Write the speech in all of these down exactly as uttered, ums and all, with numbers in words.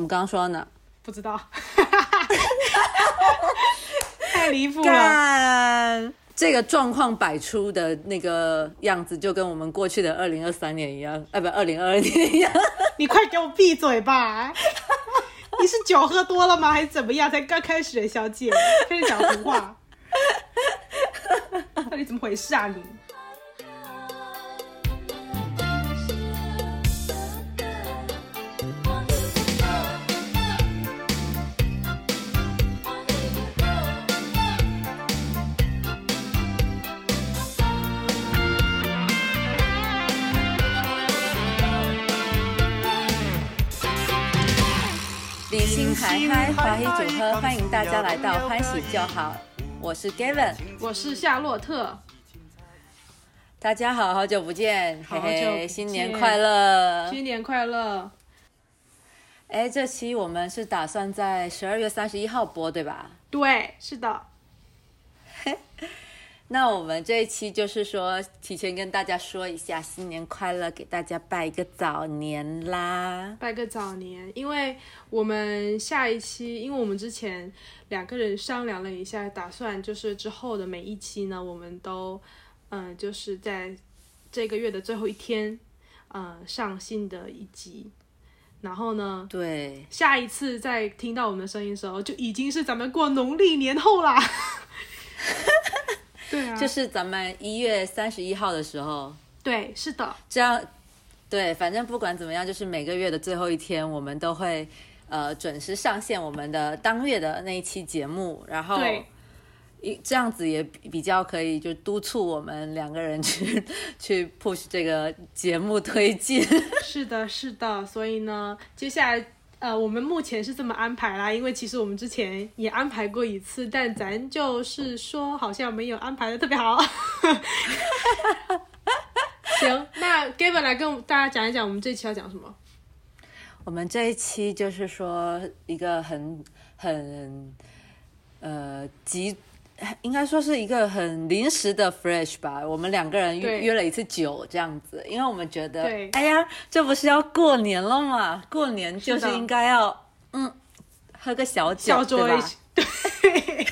们刚刚说到哪？ 不知道，太离谱了。 这个状况百出的那个样子，就跟我们过去的二零二三年一样，哎，不，二零二二年一样。 你快给我闭嘴吧！你是酒喝多了吗？还是怎么样？才刚开始的小姐，开始讲胡话，到底怎么回事啊你？ 理性嗨嗨，华喜酒喝，欢迎大家来到欢喜就好。我是 Gavin， 我是夏洛特。 大家好，好久不见， 好久不嘿嘿， 见新年快乐！ 新年快乐！ 哎，这期我们是打算在十二月三十一号播，对吧？ 对，是的。 那我们这一期就是说，提前跟大家说一下新年快乐，给大家拜一个早年啦！ 拜个早年，因为我们下一期，因为我们之前两个人商量了一下，打算就是之后的每一期呢，我们都嗯、呃，就是在这个月的最后一天，呃，上新的一集。然后呢， 对， 下一次再听到我们的声音的时候，就已经是咱们过农历年后啦。对啊， 就是咱们一月三十一号的时候。 对，是的。 这样，对，反正不管怎么样，就是每个月的最后一天，我们都会呃准时上线我们的当月的那一期节目，然后一这样子也比较可以就督促我们两个人去去 push 这个节目推进。 是的，是的，所以呢，接下来。呃，我们目前是这么安排啦，因为其实我们之前也安排过一次，但咱就是说好像没有安排的特别好。行，那 Gavin 来跟大家讲一讲我们这期要讲什么。 我们这一期就是说一个很很呃急。应该说是一个很临时的 fresh 吧，我们两个人约了一次酒这样子，因为我们觉得，哎呀，这不是要过年了嘛，过年就是应该要嗯喝个小酒， 小对吧？ 对。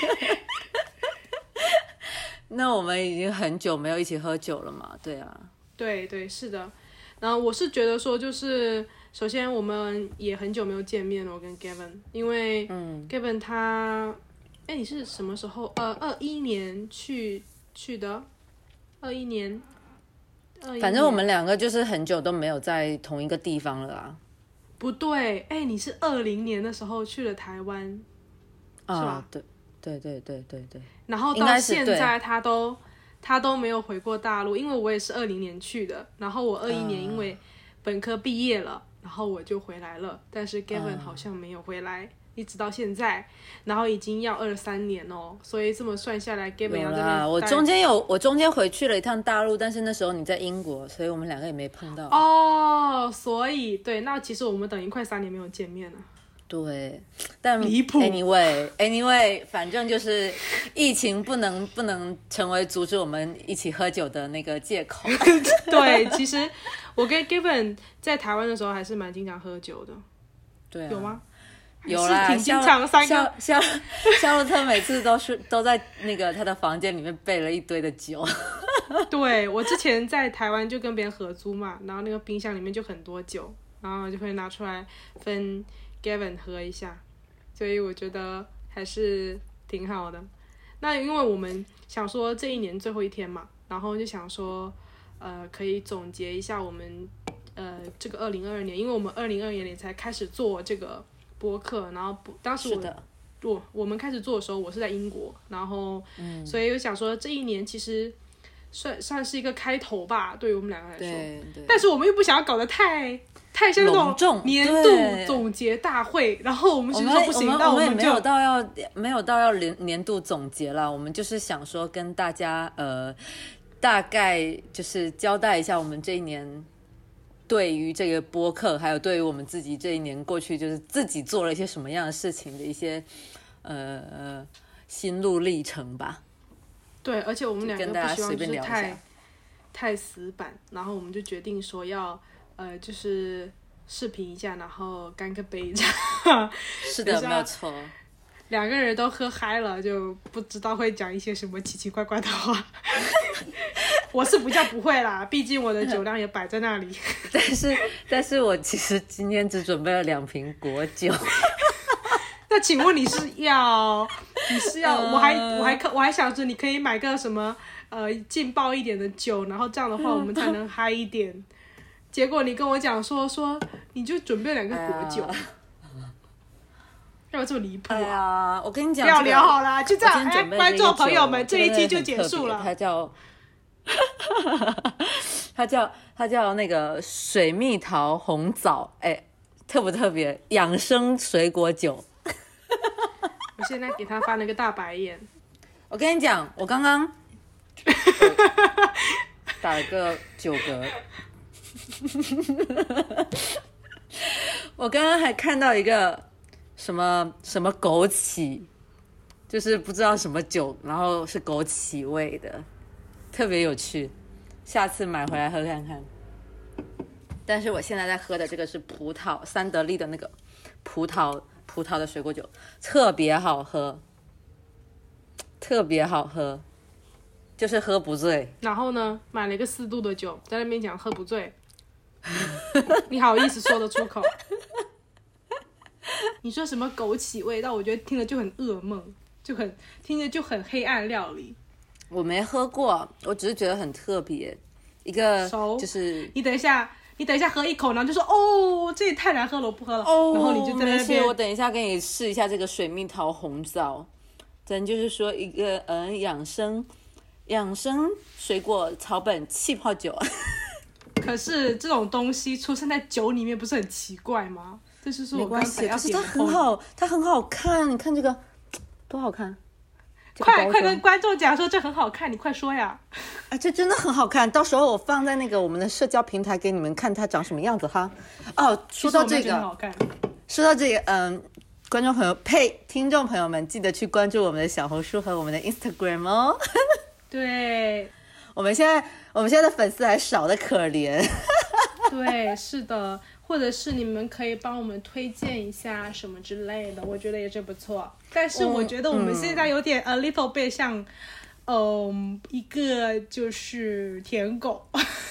那我们已经很久没有一起喝酒了嘛，对啊。 对对，是的。然后我是觉得说，就是首先我们也很久没有见面了，我跟 Gavin， 因为嗯 Gavin 他。哎，你是什么时候？呃，二一年去去的，二一年， 反正我们两个就是很久都没有在同一个地方了啊。 不对，哎，你是二零年的时候去了台湾， 啊、是吧？对，对对对对对。 然后到现在他都他都没有回过大陆，因为我也是二零年去的，然后我二一年因为本科毕业了，然后我就回来了，但是 Gavin 好像没有回来。一直到现在，然后已经要二三年哦，所以这么算下来 ，Gavin 要这边。 我中间有，我中间回去了一趟大陆，但是那时候你在英国，所以我们两个也没碰到。 哦，所以对，那其实我们等于快三年没有见面了。 对，但离谱。 Anyway，Anyway， 反正就是疫情不能不能成为阻止我们一起喝酒的那个借口。 对，其实我跟 Gavin 在台湾的时候还是蛮经常喝酒的。 对啊。 有吗？ 有啦， 挺经常三个夏夏洛特每次都是都在那个他的房间里面备了一堆的酒。 对，我之前在台湾就跟别人合租嘛，然后那个冰箱里面就很多酒，然后就会拿出来分 Gavin 喝一下，所以我觉得还是挺好的。那因为我们想说这一年最后一天嘛，然后就想说呃可以总结一下我们呃这个二零二二年，因为我们二零二二年才开始做这个播客，然后当时我我我们开始做的时候，我是在英国，然后、嗯、所以我想说这一年其实算算是一个开头吧，对于我们两个来说。 对对。 但是我们又不想要搞得太太像那种年度总结大会，然后我们其实说不行，那我们也没有到要没有到要年年度总结啦，我们就是想说跟大家呃大概就是交代一下我们这一年。对于这个播客，还有对于我们自己这一年过去，就是自己做了一些什么样的事情的一些呃心路历程吧。 对，而且我们两个不希望就是太太死板，然后我们就决定说要呃，就是视频一下，然后干个杯这样。是的，没有错。 两个人都喝嗨了，就不知道会讲一些什么奇奇怪怪的话。我是不叫不会啦，毕竟我的酒量也摆在那里。 但是，但是我其实今天只准备了两瓶果酒。 那请问你是要，你是要，呃、我还我还我还想着你可以买个什么呃劲爆一点的酒，然后这样的话我们才能嗨一点。结果你跟我讲说说你就准备两个果酒。哎要不要这么离谱啊？ 哎呀，我跟你讲， 不要聊好啦，就这样。哎，观众朋友们，这一期就结束了。 它叫，它叫它叫那个水蜜桃红枣，哎，特不特别？养生水果酒。 我现在给他翻了个大白眼。 我跟你讲，我刚刚打了个酒嗝。我刚刚还看到一个。什么什么枸杞，就是不知道什么酒，然后是枸杞味的，特别有趣，下次买回来喝看看。但是我现在在喝的这个是葡萄三得利的那个葡萄葡萄的水果酒，特别好喝，特别好喝，就是喝不醉。 然后呢，买了一个四度的酒，在那边讲喝不醉，你好意思说得出口？你说什么枸杞味道，我觉得听了就很噩梦，就很听着就很黑暗料理。 我没喝过，我只是觉得很特别，一个就是你等一下，你等一下喝一口，然后就说哦，这也太难喝了，我不喝了。哦，然后你就在那边。 我等一下给你试一下这个水蜜桃红枣，咱就是说一个嗯、呃、养生养生水果草本气泡酒。 可是这种东西出现在酒里面，不是很奇怪吗？这就是我刚才要点的。 可是它很好，它很好看，你看这个多好看！ 快快跟观众讲说这很好看，你快说呀！ 啊，这真的很好看，到时候我放在那个我们的社交平台给你们看它长什么样子哈。哦，说到这个，说到这个，嗯，观众朋友呸，听众朋友们记得去关注我们的小红书和我们的 Instagram 哦。 对， 我们现在我们现在的粉丝还少得可怜。 对，是的。或者是你们可以帮我们推荐一下什么之类的，我觉得也是不错。但是我觉得我们现在有点 a little bit 像，嗯、呃，一个就是舔狗，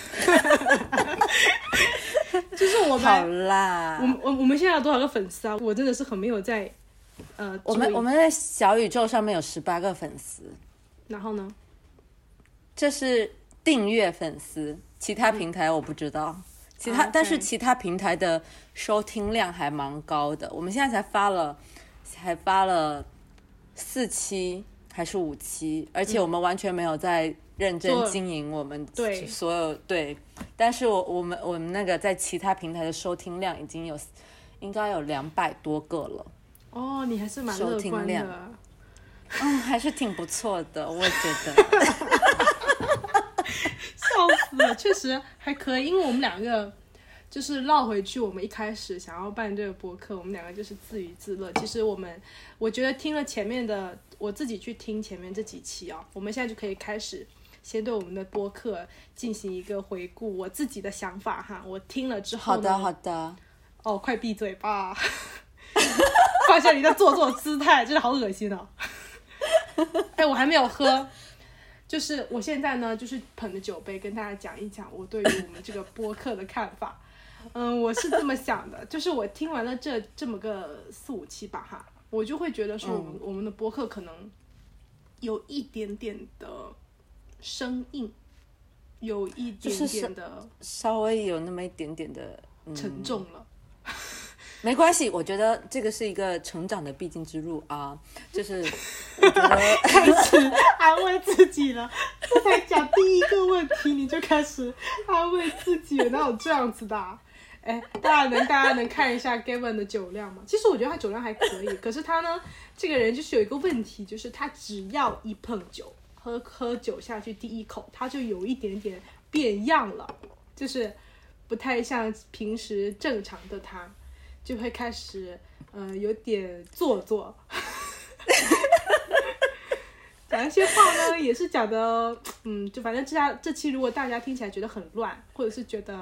就是我们好啦， 我我我们现在有多少个粉丝啊？我真的是很没有在，呃， 我们我们在小宇宙上面有十八个粉丝， 然后呢？ 这是订阅粉丝，其他平台我不知道。嗯其他、okay. 但是其他平台的收听量还蛮高的，我们现在才发了才发了四期还是五期，而且我们完全没有在认真经营我们所有 对, 对，但是我我们我们那个在其他平台的收听量已经有应该有两百多个了。 哦，你还是蛮乐观的。 嗯，还是挺不错的，我觉得。 笑死了，确实还可以，因为我们两个就是绕回去，我们一开始想要办这个播客，我们两个就是自娱自乐。其实我们，我觉得听了前面的，我自己去听前面这几期啊，我们现在就可以开始先对我们的播客进行一个回顾。我自己的想法哈，我听了之后呢， 好的好的， 哦，快闭嘴吧，放下你的做作姿态，真的好恶心哦。哎，我还没有喝。就是我现在呢，就是捧着酒杯跟大家讲一讲我对于我们这个播客的看法。嗯，我是这么想的，就是我听完了这这么个四五期吧哈，我就会觉得说我们、嗯、我们的播客可能有一点点的生硬，有一点点的、 就是、稍微有那么一点点的、 嗯、沉重了。 没关系，我觉得这个是一个成长的必经之路啊，就是我觉得开始安慰自己了，这才讲第一个问题你就开始安慰自己了，哪有这样子的、啊？哎，大家能大家能看一下 Gavin 的酒量吗？其实我觉得他酒量还可以，可是他呢，这个人就是有一个问题，就是他只要一碰酒，喝喝酒下去第一口，他就有一点点变样了，就是不太像平时正常的他。就会开始呃有点做作讲一些话呢也是讲的嗯就反正这家这期如果大家听起来觉得很乱，或者是觉得怎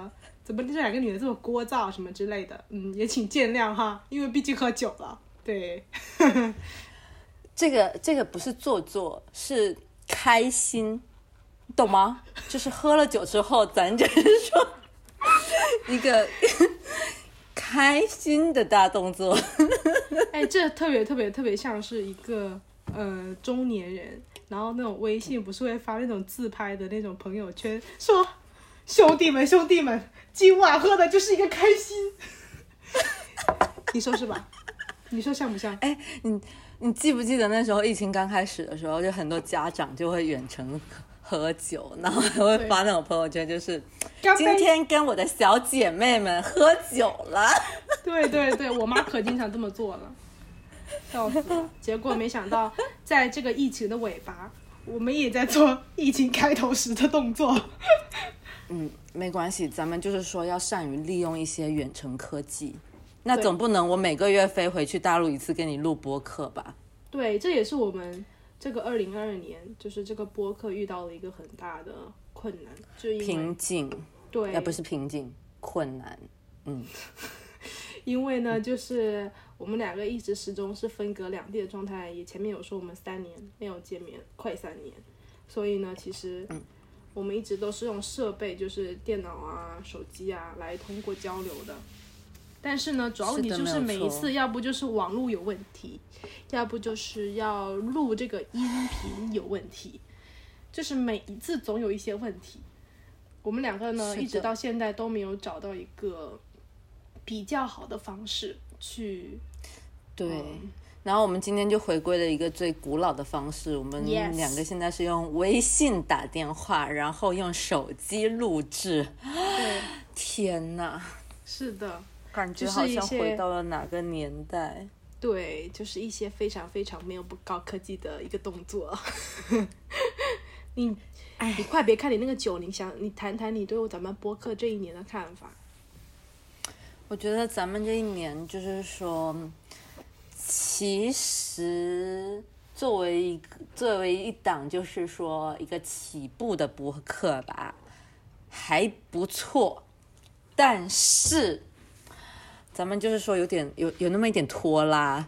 怎么这两个女的这么聒噪什么之类的，嗯，也请见谅哈，因为毕竟喝酒了，对。 这个这个不是做作，是开心，懂吗？就是喝了酒之后，咱就是说一个开心的大动作。 哎，这特别特别特别像是一个呃中年人，然后那种微信不是会发那种自拍的那种朋友圈，说兄弟们兄弟们，今晚喝的就是一个开心。你说是吧？你说像不像？ 哎，你你记不记得那时候疫情刚开始的时候，就很多家长就会远程喝酒，然后还会发那种朋友圈，就是今天跟我的小姐妹们喝酒了。 对对对，我妈可经常这么做了，笑死了。结果没想到，在这个疫情的尾巴，我们也在做疫情开头时的动作。 嗯，没关系，咱们就是说要善于利用一些远程科技。那总不能我每个月飞回去大陆一次给你录播客吧？ 对，这也是我们这个二零二二年，就是这个播客遇到了一个很大的困难，就因为瓶颈。 对， 呃，不是瓶颈，困难。嗯， 因为呢，就是我们两个一直始终是分隔两地的状态，也前面有说我们三年没有见面，快三年，所以呢，其实我们一直都是用设备，就是电脑啊、手机啊来通过交流的。但是呢，主要问题就是每一次，要不就是网络有问题，要不就是要录这个音频有问题，就是每一次总有一些问题。我们两个呢，一直到现在都没有找到一个比较好的方式去。 对。嗯，然后我们今天就回归了一个最古老的方式，我们两个现在是用微信打电话， yes. 然后用手机录制。 对， 天哪！ 是的。 感觉好像回到了哪个年代。 对，就是一些非常非常没有不高科技的一个动作。你你快别看你那个酒，你想你谈谈你对咱们播客这一年的看法。 我觉得咱们这一年就是说，其实作为一个作为一档就是说一个起步的播客吧，还不错，但是咱们就是说有点有有那么一点拖拉。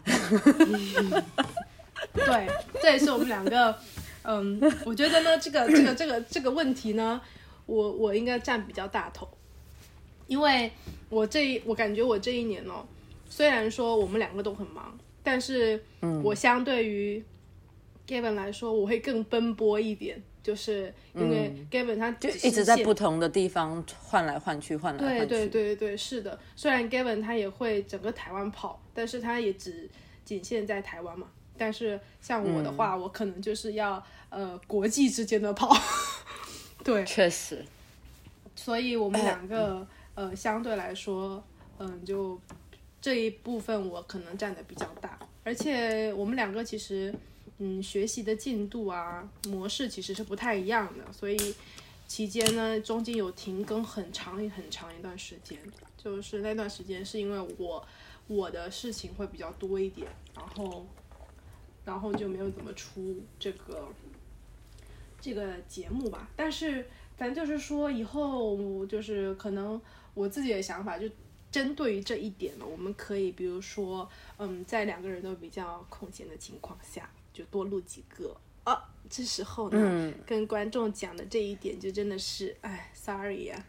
对，这也是我们两个，嗯，我觉得呢，这个这个这个这个问题呢，我我应该占比较大头，因为我这我感觉我这一年哦，虽然说我们两个都很忙，但是我相对于 Gavin 来说，我会更奔波一点。就是因为 Gavin 他就一直在不同的地方换来换去换来换去。 对对对对，是的。虽然 Gavin 他也会整个台湾跑，但是他也只仅限在台湾嘛。但是像我的话，嗯、我可能就是要呃国际之间的跑。对， 确实。 所以我们两个、呃, 呃相对来说，嗯、呃，就这一部分我可能占的比较大，而且我们两个其实。嗯，学习的进度啊模式其实是不太一样的，所以期间呢中间有停更很长很长一段时间，就是那段时间是因为我我的事情会比较多一点，然后然后就没有怎么出这个这个节目吧。但是咱就是说以后就是可能我自己的想法就针对于这一点呢，我们可以比如说嗯在两个人都比较空闲的情况下就多录几个啊，这时候呢、嗯、跟观众讲的这一点就真的是哎 sorry 呀、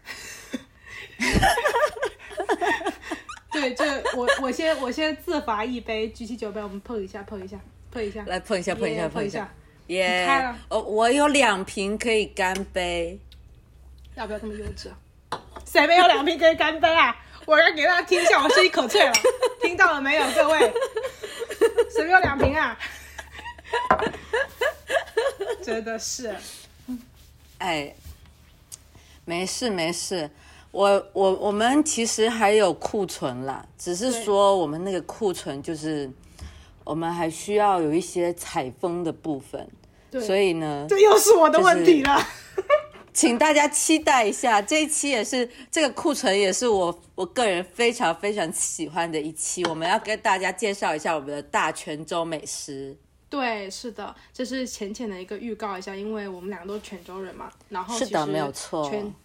啊、对，这我我先我先自罚一杯，举起酒杯我们碰一下碰一下碰一下， 来碰一下碰一下碰一下耶、yeah, 哦， oh, 我有两瓶可以干杯， 要不要这么幼稚啊？谁没有两瓶可以干杯啊？我要给大家听一下我声音可脆了，听到了没有各位？谁没有两瓶啊？真的是， 哎，没事没事，我我我们其实还有库存啦，只是说我们那个库存就是我们还需要有一些采风的部分，所以呢， 这又是我的问题了。 就是请大家期待一下，这一期也是这个库存，也是我我个人非常非常喜欢的一期。我们要跟大家介绍一下我们的大泉州美食。 对，是的，这是浅浅的一个预告一下，因为我们两个都是泉州人嘛，然后其实是的，没有错。 泉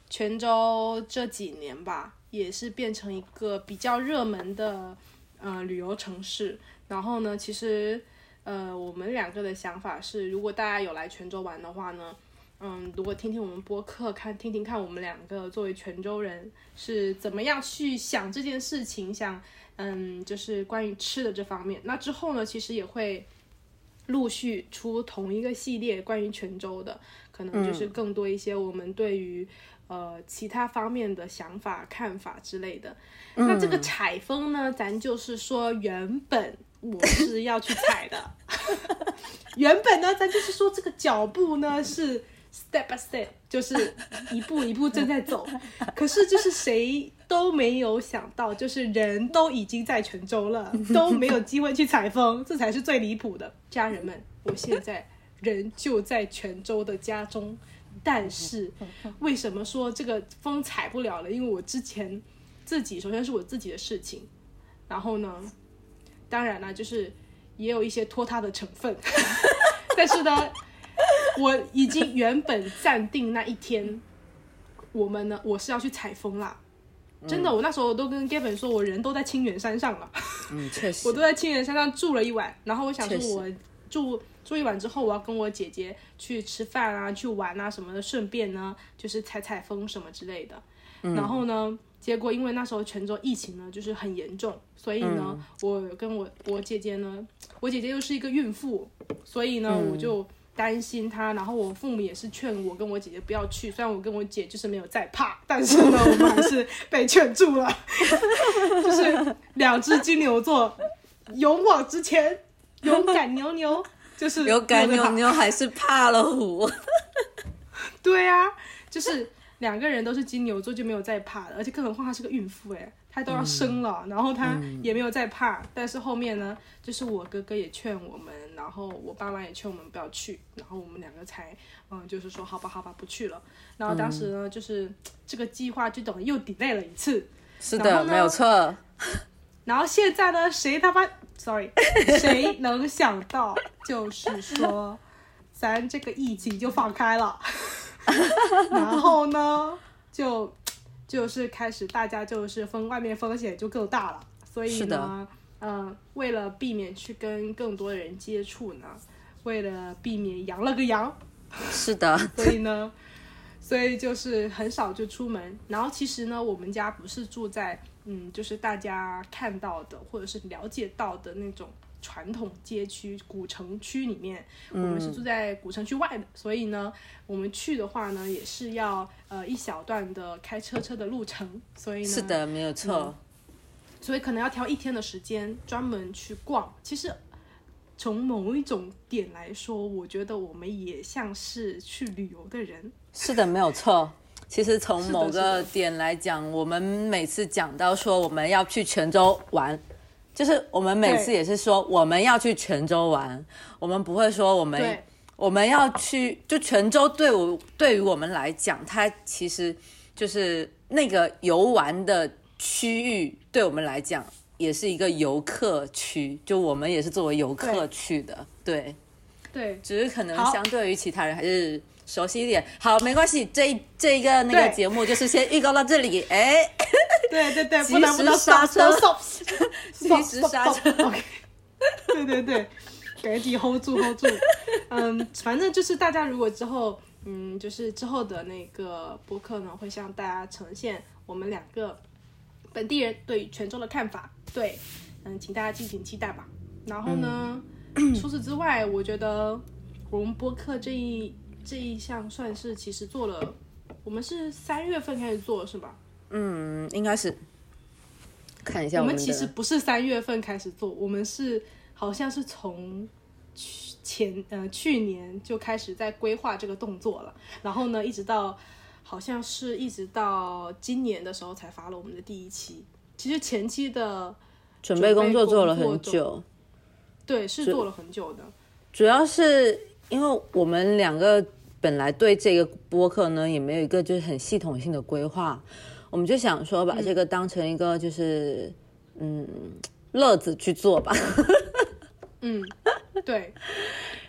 泉州这几年吧，也是变成一个比较热门的呃旅游城市。然后呢，其实呃我们两个的想法是，如果大家有来泉州玩的话呢，嗯，如果听听我们播客，看听听看我们两个作为泉州人是怎么样去想这件事情，想嗯就是关于吃的这方面。那之后呢，其实也会陆续出同一个系列关于泉州的，可能就是更多一些我们对于、嗯、呃其他方面的想法看法之类的、嗯、那这个采风呢，咱就是说原本我是要去采的原本呢咱就是说这个脚步呢是 step by step， 就是一步一步正在走可是就是谁都没有想到，就是人都已经在泉州了，都没有机会去采风，这才是最离谱的。家人们，我现在人就在泉州的家中，但是为什么说这个风采不了了？因为我之前自己首先是我自己的事情，然后呢当然啦就是也有一些拖沓的成分但是呢我已经原本暂定那一天我们呢我是要去采风啦，真的、嗯、我那时候我都跟 Gavin 说我人都在清源山上了嗯，确实我都在清源山上住了一晚，然后我想说我住住一晚之后我要跟我姐姐去吃饭啊去玩啊什么的，顺便呢就是采采风什么之类的、嗯、然后呢结果因为那时候泉州疫情呢就是很严重，所以呢、嗯、我跟我我姐姐呢我姐姐又是一个孕妇，所以呢、嗯、我就担心她，然后我父母也是劝我跟我姐姐不要去，虽然我跟我姐就是没有在怕，但是呢我们还是被劝住了就是两只金牛座勇往直前，勇敢牛牛，就是勇敢牛牛还是怕了虎对啊，就是两个人都是金牛座就没有再怕了，而且更何况她是个孕妇耶，她都要生了、嗯、然后她也没有再怕、嗯、但是后面呢就是我哥哥也劝我们，然后我爸妈也劝我们不要去，然后我们两个才嗯就是说好吧好吧不去了。然后当时呢、嗯、就是这个计划就等于又 delay 了一次， 是的没有错。 然后现在呢谁他妈 sorry 谁能想到就是说咱这个疫情就放开了然后呢就就是开始大家就是风外面风险就更大了，所以呢嗯，为了避免去跟更多的人接触呢，为了避免阳了个阳， 是的， 所以呢所以就是很少就出门。然后其实呢我们家不是住在嗯，就是大家看到的或者是了解到的那种传统街区古城区里面、嗯、我们是住在古城区外的，所以呢我们去的话呢也是要呃一小段的开车车的路程，所以呢是的没有错、嗯、 所以可能要挑一天的时间专门去逛。其实从某一种点来说，我觉得我们也像是去旅游的人。 是的没有错，其实从某个点来讲，我们每次讲到说我们要去泉州玩，就是我们每次也是说我们要去泉州玩，我们不会说我们我们要去，就泉州对我对于我们来讲，它其实就是那个游玩的区域，对我们来讲也是一个游客区，就我们也是作为游客去的，对对， 只是可能相对于其他人还是熟悉一点。好，没关系，这这一个那个节目就是先预告到这里。哎， 对对对， 及时刹车，及时刹车。 OK， 对对对，赶紧 hold 住 hold 住。嗯，反正就是大家如果之后，嗯，就是之后的那个播客呢，会向大家呈现我们两个本地人对于泉州的看法。对，嗯，请大家敬请期待吧。然后呢，嗯、除此之外，我觉得我们播客这一。这一项算是其实做了，我们是三月份开始做是吧？ 嗯，应该是。看一下我们， 我们其实不是三月份开始做，我们是好像是从去前呃去年就开始在规划这个动作了，然后呢，一直到好像是一直到今年的时候才发了我们的第一期。其实前期的准备工作做了很久， 对，是做了很久的。 主要是因为我们两个本来对这个播客呢也没有一个就是很系统性的规划，我们就想说把这个当成一个就是嗯乐子去做吧。 嗯，对。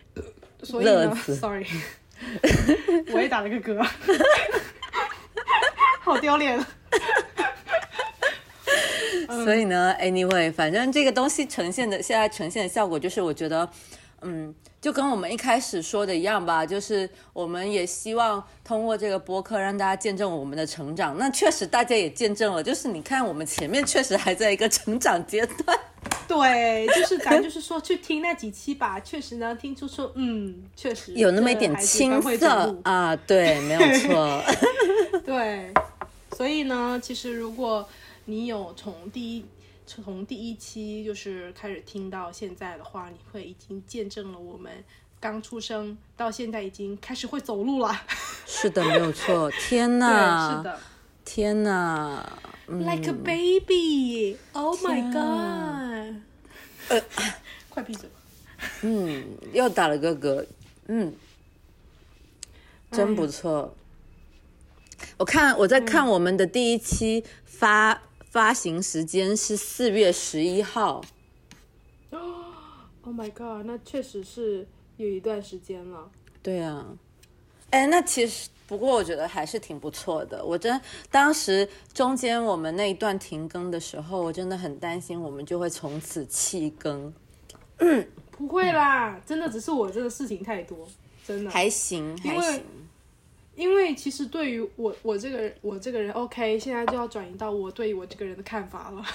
所以呢 ，sorry， 我也打了个嗝。 好丢脸。 所以呢 anyway 反正这个东西呈现的现在呈现的效果就是我觉得嗯，就跟我们一开始说的一样吧，就是我们也希望通过这个播客让大家见证我们的成长。那确实大家也见证了，就是你看我们前面确实还在一个成长阶段。 对，就是咱就是说去听那几期吧，确实呢听出说嗯，确实有那么一点青涩啊，对，没有错。 对，所以呢其实如果你有从第一从第一期就是开始听到现在的话，你会已经见证了我们刚出生到现在已经开始会走路了。 是的，没有错。天哪， 对，是的， 天哪、嗯、 ，like a baby， Oh my god， 呃，快闭嘴吧。 嗯，又打了个嗝，嗯，真不错。哎、我看我在看我们的第一期发。嗯发行时间是四月十一号。 Oh my god， 那确实是有一段时间了。 对啊，哎，那其实不过我觉得还是挺不错的。我真当时中间我们那一段停更的时候，我真的很担心我们就会从此弃更。 嗯，不会啦，嗯、真的只是我这个事情太多，真的还行还行。 因为其实对于我我这个人我这个人 OK， 现在就要转移到我对于我这个人的看法了。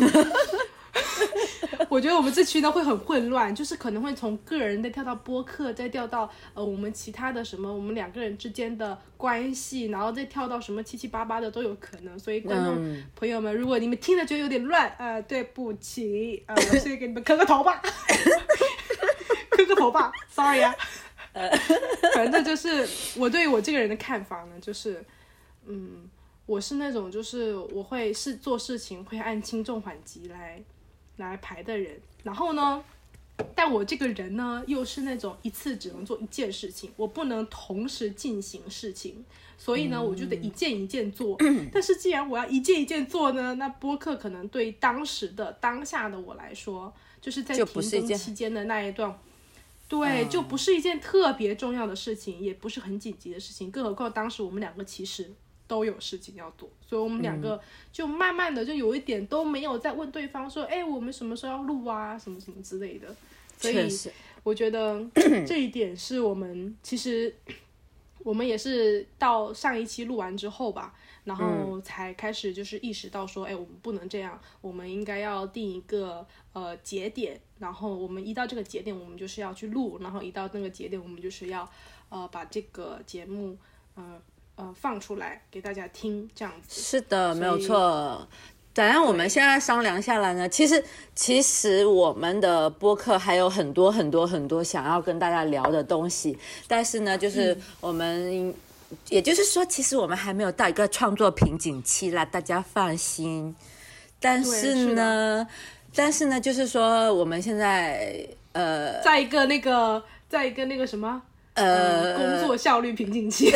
我觉得我们这区呢会很混乱，就是可能会从个人再跳到播客，再跳到呃我们其他的什么我们两个人之间的关系，然后再跳到什么七七八八的都有可能。所以观众朋友们，嗯、如果你们听了觉得有点乱，呃，对不起，呃，我先给你们磕个头吧，磕个头吧 ，sorry 啊。反正就是我对于我这个人的看法呢，就是嗯，我是那种就是我会是做事情会按轻重缓急来来排的人，然后呢但我这个人呢又是那种一次只能做一件事情，我不能同时进行事情，所以呢、嗯、我就得一件一件做、嗯、但是既然我要一件一件做呢，那播客可能对当时的当下的我来说，就是在停更期间的那一段，对，就不是一件特别重要的事情，也不是很紧急的事情，更何况当时我们两个其实都有事情要做，所以我们两个就慢慢的就有一点都没有再问对方说，哎、欸，我们什么时候要录啊，什么什么之类的。所以我觉得这一点是我们其实我们也是到上一期录完之后吧，然后才开始就是意识到说，哎、欸，我们不能这样，我们应该要定一个呃节点，然后我们一到这个节点我们就是要去录，然后一到那个节点我们就是要呃把这个节目呃呃放出来给大家听，这样子。 是的，没有错。当然我们现在商量下来呢，其实其实我们的播客还有很多很多很多想要跟大家聊的东西，但是呢就是我们、嗯、也就是说其实我们还没有到一个创作瓶颈期啦，大家放心。但是呢但是呢就是说我们现在呃在一个那个在一个那个什么呃、嗯、工作效率瓶颈期。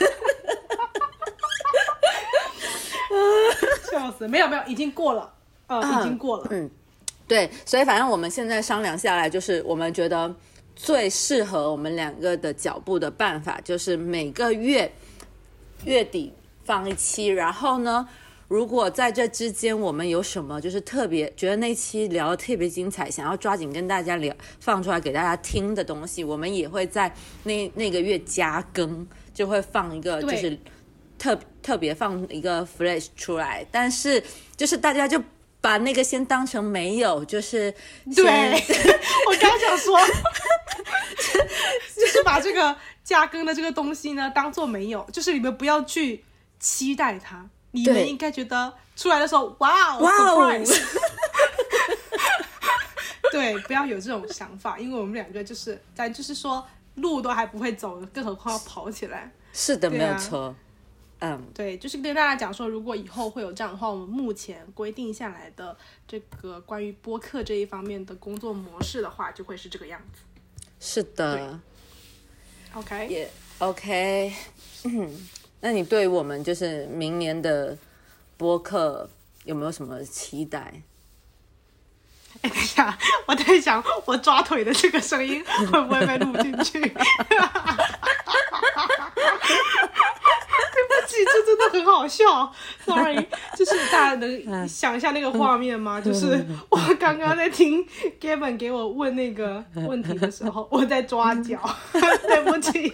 笑死，没有没有，已经过了，呃、嗯，已经过了， 嗯，对，所以反正我们现在商量下来，就是我们觉得最适合我们两个的脚步的办法，就是每个月月底放一期，然后呢，如果在这之间我们有什么就是特别觉得那期聊得特别精彩，想要抓紧跟大家聊放出来给大家听的东西，我们也会在那那个月加更，就会放一个就是特特别放一个 flash 出来，但是就是大家就把那个先当成没有，就是对我刚想说就是把这个加更的这个东西呢当做没有，就是你们不要去期待它，你们应该觉得出来的时候哇哦 surprise 对，不要有这种想法，因为我们两个就是咱就是说路都还不会走，更何况要跑起来。 是的、啊、没有错。嗯， 对，就是跟大家讲说，如果以后会有这样的话，我们目前规定下来的这个关于播客这一方面的工作模式的话，就会是这个样子。 是的 ，OK， 也、yeah, OK 嗯。那你对我们就是明年的播客有没有什么期待？ 哎，等一下，我在想，我抓腿的这个声音会不会被录进去？对不起，这真的很好笑。Sorry， 就是大家能想一下那个画面吗？就是我刚刚在听 Gavin 给我问那个问题的时候，我在抓脚，对不起。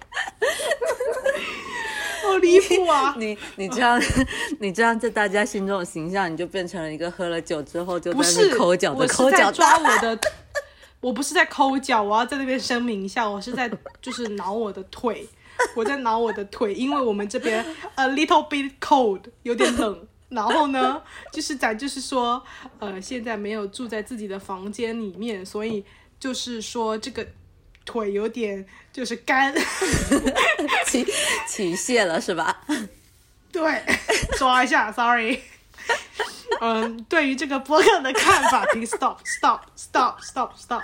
好离谱啊！ 你你这样，你这样在大家心中的形象，你就变成了一个喝了酒之后就在那抠脚的抠脚。 我是在抓我的，我不是在抠脚，我要在那边声明一下，我是在就是挠我的腿，我在挠我的腿，因为我们这边 a little bit cold， 有点冷。然后呢，就是咱就是说，呃，现在没有住在自己的房间里面，所以就是说这个。腿有点就是干起起屑了是吧？ 对，抓一下 sorry 嗯，对于这个播客的看法请 stop stop stop stop stop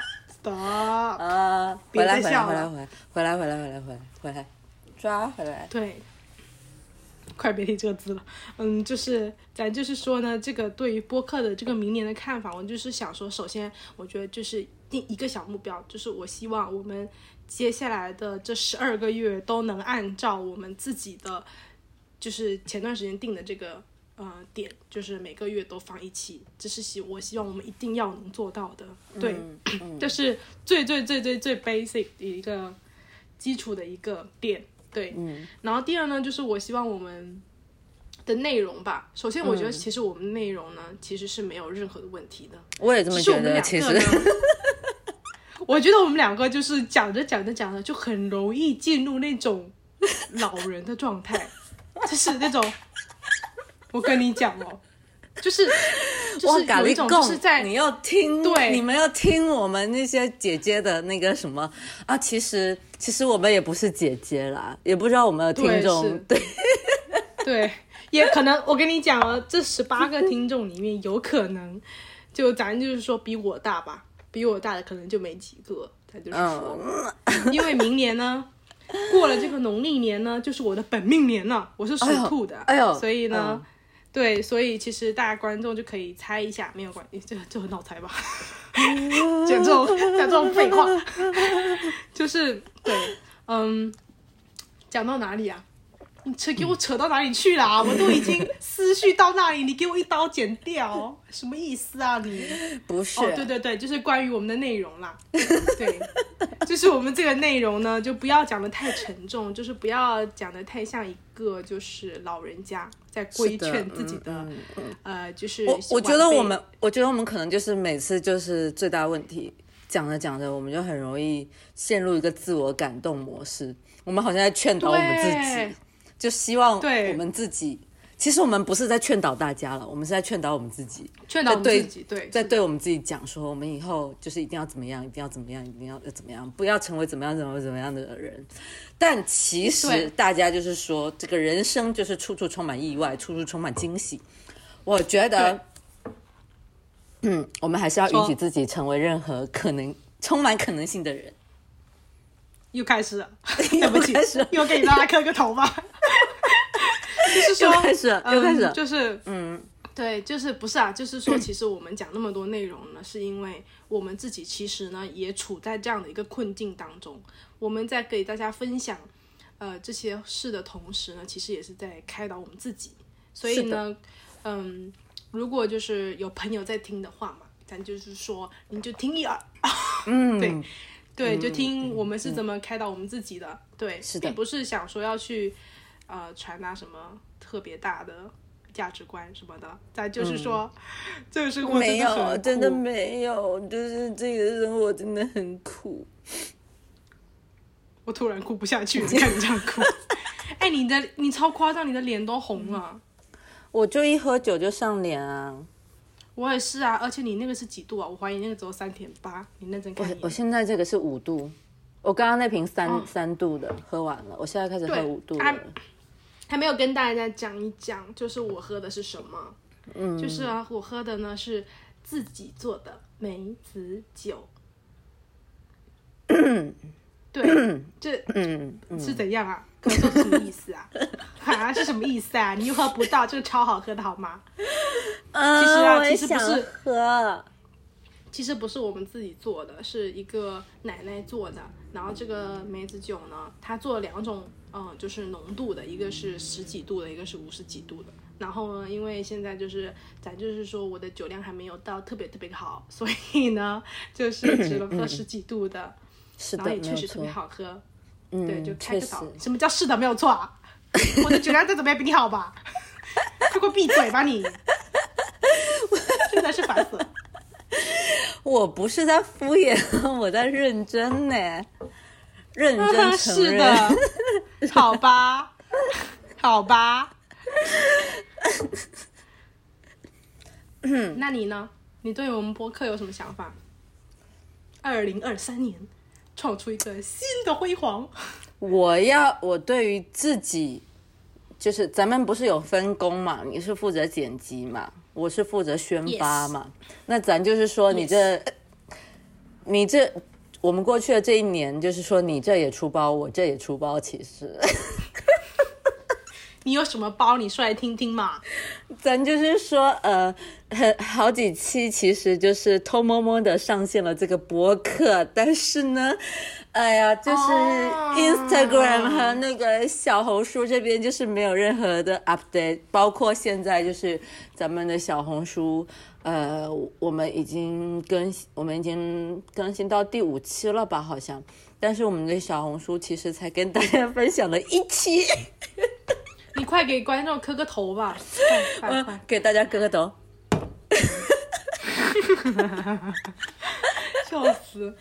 stop 呃，回来回来回来回来回来回来回来回来回来抓回来。 对，快别提这个字了。嗯，就是咱就是说呢，这个对于播客的这个明年的看法，我就是想说，首先我觉得就是定一个小目标，就是我希望我们接下来的这十二个月都能按照我们自己的，就是前段时间定的这个呃点，就是每个月都放一期，这是希我希望我们一定要能做到的。对，嗯嗯、这是最最最最最 basic 的一个基础的一个点。对，嗯，然后第二呢，就是我希望我们的内容吧。首先，我觉得其实我们内容呢，嗯、其实是没有任何的问题的。 我也这么觉得，其实。 我觉得我们两个就是讲着讲着讲着，就很容易进入那种老人的状态，就是那种，我跟你讲哦，就是就是有一种就是在你要听， 对， 你们要听我们那些姐姐的那个什么啊，其实其实我们也不是姐姐啦，也不知道我们的听众对对，也可能我跟你讲哦，这十八个听众里面有可能就咱就是说比我大吧。比我大的可能就没几个，他就是说，嗯、因为明年呢，过了这个农历年呢，就是我的本命年了，我是属兔的， 哎呦， 所以呢， 嗯、 对，所以其实大家观众就可以猜一下，没有关系，这这很好猜吧？讲这种讲这种废话，就是对，嗯，讲到哪里啊？你扯给我扯到哪里去啦？我都已经思绪到那里，你给我一刀剪掉，什么意思啊你？ 不是， 哦，对对对，就是关于我们的内容啦。对，就是我们这个内容呢，就不要讲得太沉重，就是不要讲得太像一个就是老人家在规劝自己的，的嗯嗯、呃，就是我我觉得我们，我觉得我们可能就是每次就是最大问题，讲着讲着我们就很容易陷入一个自我感动模式，我们好像在劝导我们自己。就希望我们自己，其实我们不是在劝导大家了，我们是在劝导我们自己， 劝导我们自己，对， 在对我们自己讲说，我们以后就是一定要怎么样，一定要怎么样，一定要怎么样，不要成为怎么样怎么样怎么样的人。但其实大家就是说，这个人生就是处处充满意外，处处充满惊喜。我觉得，嗯，我们还是要允许自己成为任何可能充满可能性的人。 又开始了，对不起，又给大家磕个头吧。就是说， 又开始了，又开始了， 嗯、就是嗯，对，就是不是啊？就是说，其实我们讲那么多内容呢，是因为我们自己其实呢也处在这样的一个困境当中。我们在给大家分享呃这些事的同时呢，其实也是在开导我们自己。所以呢，嗯，如果就是有朋友在听的话嘛，咱就是说，你就听一耳，嗯，对。对，就听我们是怎么开导我们自己的，嗯、对， 是的， 并不是想说要去，呃，传达什么特别大的价值观什么的。再就是说，嗯、这个生活真的很苦， 没有，真的没有，就是这个生活真的很苦。 我突然哭不下去了，看你这样哭。哎，你的你超夸张，你的脸都红了。嗯、 我就一喝酒就上脸啊。 我也是啊，而且你那个是几度啊？我怀疑那个只有三点八，你认真看。 我我现在这个是五度，我刚刚那瓶三、哦、三度的喝完了，我现在开始喝五度了。还, 还没有跟大家讲一讲，就是我喝的是什么？嗯，就是啊，我喝的呢是自己做的梅子酒。对，这嗯是怎样啊？咳嗽是什么意思啊？啊，是什么意思啊？你又喝不到，这个超好喝的好吗？ 嗯、 其实啊， 我也其实不是喝。 其实不是我们自己做的，是一个奶奶做的。然后这个梅子酒呢，它做了两种，嗯，就是浓度的，一个是十几度的，一个是五十几度的。然后呢，因为现在就是咱就是说我的酒量还没有到特别特别好，所以呢，就是只能喝十几度的， 是的， 然后也确实特别好喝。 嗯， 对，就开个头。什么叫是的？没有错啊，我的酒量再怎么样比你好吧？快快闭嘴吧你！真的是烦死了。 我不是在敷衍，我在认真呢，认真承认。 啊、是的，好吧，好吧。那你呢？你对我们播客有什么想法？二零二三年创出一个新的辉煌。 我要，我对于自己，就是咱们不是有分工嘛？你是负责剪辑嘛？我是负责宣发嘛？ Yes. 那咱就是说，你这， Yes. 你这，我们过去的这一年，就是说你这也出包，我这也出包，其实。 你有什么包？你说来听听嘛。 咱就是说，呃，很好几期其实就是偷摸摸的上线了这个播客，但是呢，哎呀，就是 Instagram 和那个小红书这边就是没有任何的 update， 包括现在就是咱们的小红书，呃，我们已经更我们已经更新到第五期了吧，好像，但是我们的小红书其实才跟大家分享了一期。 你快给观众磕个头吧，快快快、嗯、 给大家磕个头。 笑死。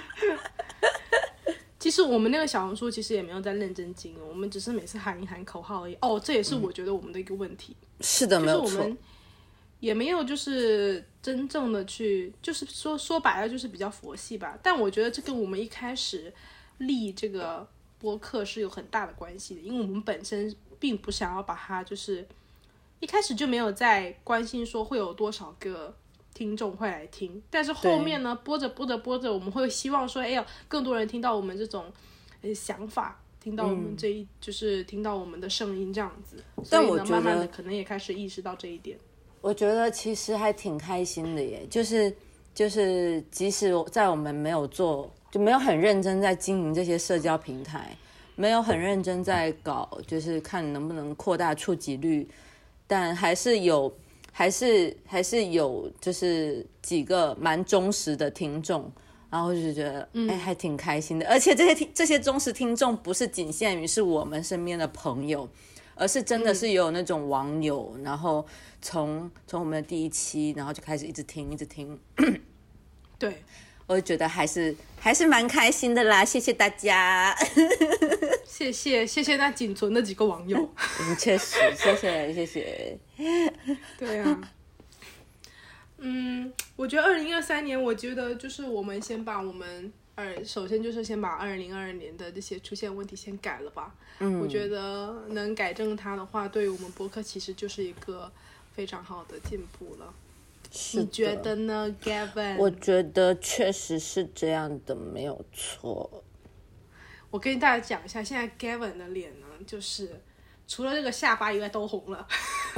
其实我们那个小红书其实也没有在认真经营，我们只是每次喊一喊口号而已。哦，这也是我觉得我们的一个问题。 嗯、是的，没有错。 就是我们也没有就是真正的去，就是说说白了就是比较佛系吧。但我觉得这跟我们一开始立这个播客是有很大的关系的，因为我们本身并不想要把它就是一开始就没有在关心说会有多少个听众会来听，但是后面呢播着播着播着我们会希望说哎呀更多人听到我们这种、呃、想法，听到我们这一、嗯、就是听到我们的声音这样子， 但我觉得所以呢慢慢的可能也开始意识到这一点。 我觉得其实还挺开心的耶，就是就是即使在我们没有做就没有很认真在经营这些社交平台，没有很认真在搞就是看能不能扩大触及率，但还是有还是还是有就是几个蛮忠实的听众，然后就觉得、嗯、哎还挺开心的。而且这些这些忠实听众不是仅限于是我们身边的朋友，而是真的是有那种网友、嗯、然后从从我们的第一期然后就开始一直听一直听。 对， 我觉得还是还是蛮开心的啦，谢谢大家。 谢谢谢谢那仅存的几个网友。 嗯，确实，谢谢谢谢。 对啊，嗯，我觉得二零二三年，我觉得就是我们先把我们二，首先就是先把二零二二年的这些出现问题先改了吧。嗯，我觉得能改正它的话，对于我们播客其实就是一个非常好的进步了。你觉得呢 Gavin？ 我觉得确实是这样的，没有错。 我跟大家讲一下，现在 Gavin 的脸呢，就是除了这个下巴以外都红了。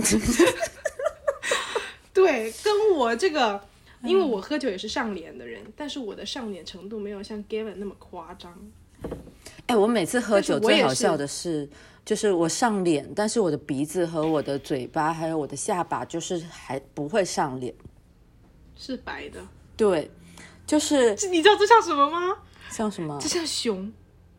对，跟我这个，因为我喝酒也是上脸的人，嗯、但是我的上脸程度没有像 Gavin 那么夸张。 哎，我每次喝酒最好笑的是，就是我上脸，但是我的鼻子和我的嘴巴还有我的下巴就是还不会上脸， 是白的。 对，就是你知道这像什么吗？ 像什么？ 这像熊。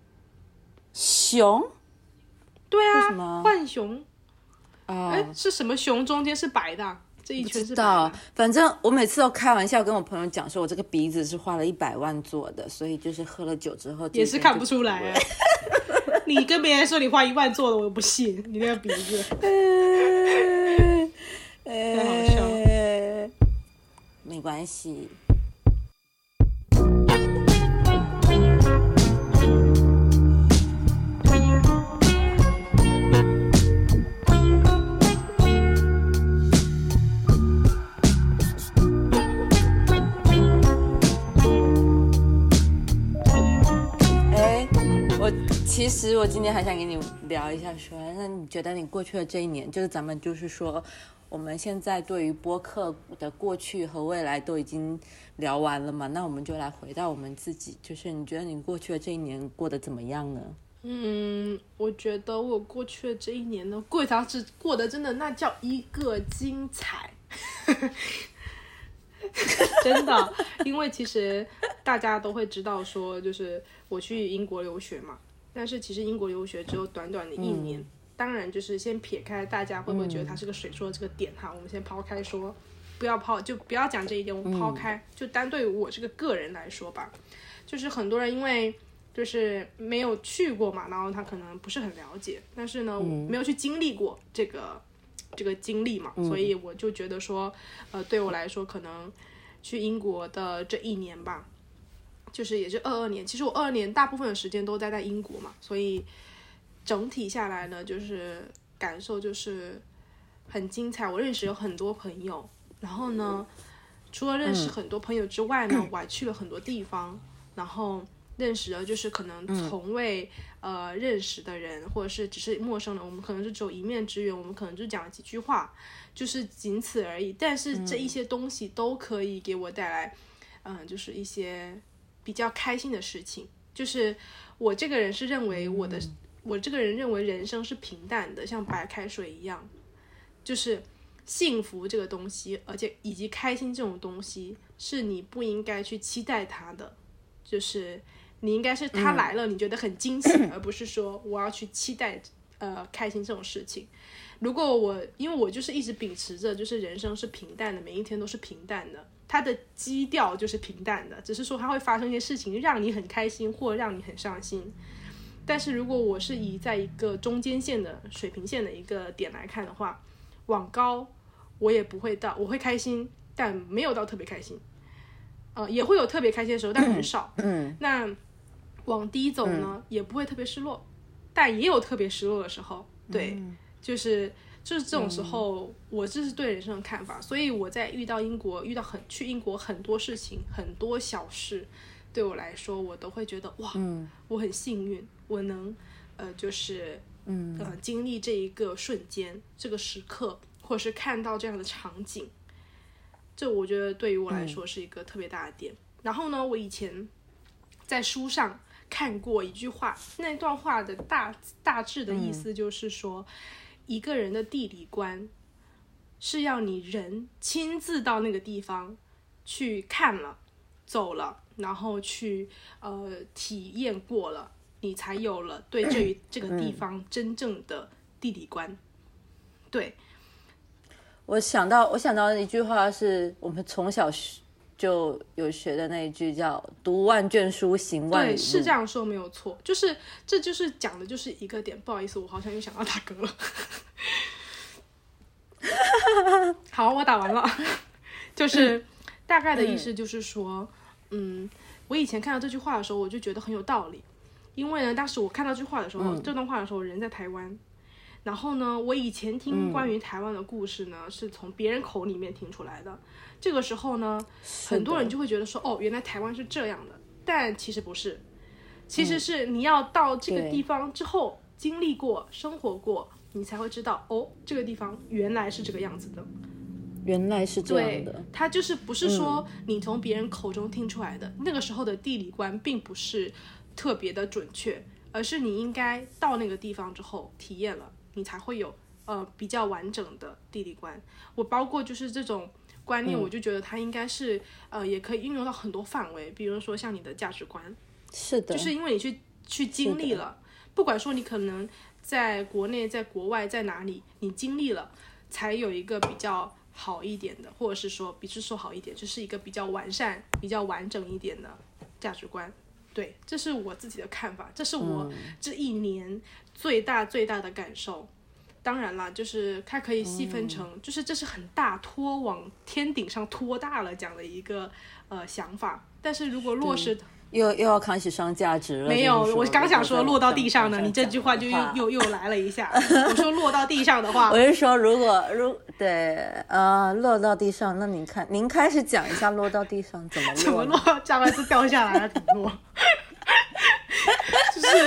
熊？ 对啊， 为什么？ 浣熊。 啊、 哎、是什么熊中间是白的？这一圈是白的。反正我每次都开玩笑跟我朋友讲说，我这个鼻子是花了一百万做的，所以就是喝了酒之后也是看不出来、啊。你跟别人说你花一万做的，我又不信你那个鼻子。太好笑了。 没关系。 其实我今天还想跟你聊一下说，那你觉得你过去的这一年，就是咱们就是说我们现在对于播客的过去和未来都已经聊完了嘛，那我们就来回到我们自己，就是你觉得你过去的这一年过得怎么样呢？ 嗯，我觉得我过去的这一年呢，过条是过得真的那叫一个精彩。真的，因为其实大家都会知道说，就是我去英国留学嘛，但是其实英国留学只有短短的一年、嗯、当然就是先撇开大家会不会觉得它是个水说的这个点哈、嗯、我们先抛开说，不要抛就不要讲这一点，我们抛开、嗯、就单对于我这个个人来说吧，就是很多人因为就是没有去过嘛，然后他可能不是很了解，但是呢、嗯、没有去经历过这个这个经历嘛、嗯、所以我就觉得说呃，对我来说可能去英国的这一年吧，就是也是二二年，其实我二二年大部分的时间都待在英国嘛，所以整体下来呢就是感受就是很精彩，我认识有很多朋友，然后呢除了认识很多朋友之外呢、嗯、我还去了很多地方，然后认识了就是可能从未、嗯、呃认识的人，或者是只是陌生人，我们可能是只有一面之缘，我们可能就讲了几句话，就是仅此而已，但是这一些东西都可以给我带来嗯、呃，就是一些比较开心的事情，就是我这个人是认为我的、嗯、我这个人认为人生是平淡的，像白开水一样，就是幸福这个东西，而且以及开心这种东西是你不应该去期待它的，就是你应该是他来了、嗯、你觉得很惊喜，而不是说我要去期待呃开心这种事情。如果我因为我就是一直秉持着就是人生是平淡的，每一天都是平淡的，它的基调就是平淡的，只是说它会发生一些事情让你很开心或让你很伤心。但是如果我是以在一个中间线的水平线的一个点来看的话，往高我也不会到，我会开心但没有到特别开心，呃，也会有特别开心的时候但很少、嗯、那往低走呢、嗯、也不会特别失落，但也有特别失落的时候，对、嗯、就是就是这种时候、嗯、我这是对人生的看法。所以我在遇到英国遇到很去英国很多事情很多小事，对我来说我都会觉得哇、嗯、我很幸运我能呃就是嗯呃经历这一个瞬间这个时刻，或者是看到这样的场景，这我觉得对于我来说是一个特别大的点、嗯、然后呢我以前在书上看过一句话，那段话的大大致的意思就是说、嗯、一个人的地理观是要你人亲自到那个地方去看了走了，然后去呃体验过了，你才有了对这于这个地方真正的地理观、嗯、对。 我想到我想到一句话是我们从小就有学的那一句叫读万卷书行万里路， 对，是这样说没有错，就是这就是讲的就是一个点，不好意思我好像又想要打嗝了好我打完了就是大概的意思就是说 嗯, 嗯我以前看到这句话的时候我就觉得很有道理，因为呢当时我看到这句话的时候、嗯、这段话的时候人在台湾，然后呢我以前听关于台湾的故事呢、嗯、是从别人口里面听出来的，这个时候呢很多人就会觉得说哦原来台湾是这样的，但其实不是，其实是你要到这个地方之后、嗯、经历过生活过你才会知道哦这个地方原来是这个样子的， 原来是这样的， 对，它就是不是说你从别人口中听出来的、嗯、那个时候的地理观并不是特别的准确，而是你应该到那个地方之后体验了你才会有呃比较完整的地理观。我包括就是这种观念、嗯、我就觉得它应该是呃也可以运用到很多范围，比如说像你的价值观， 是的， 就是因为你去去经历了，不管说你可能在国内在国外在哪里你经历了才有一个比较好一点的，或者是说比是说好一点就是一个比较完善比较完整一点的价值观，对，这是我自己的看法，这是我这一年最大最大的感受。当然啦就是它可以细分成、嗯、就是这是很大拖往天顶上拖大了讲的一个呃想法，但是如果落实又又要开始上价值了， 没有，我刚想说落到地上呢，你这句话就又又又来了一下我说落到地上的话我是说如果如对呃落到地上，那您看您开始讲一下落到地上怎么落怎么落，这样子掉下来了怎么落就是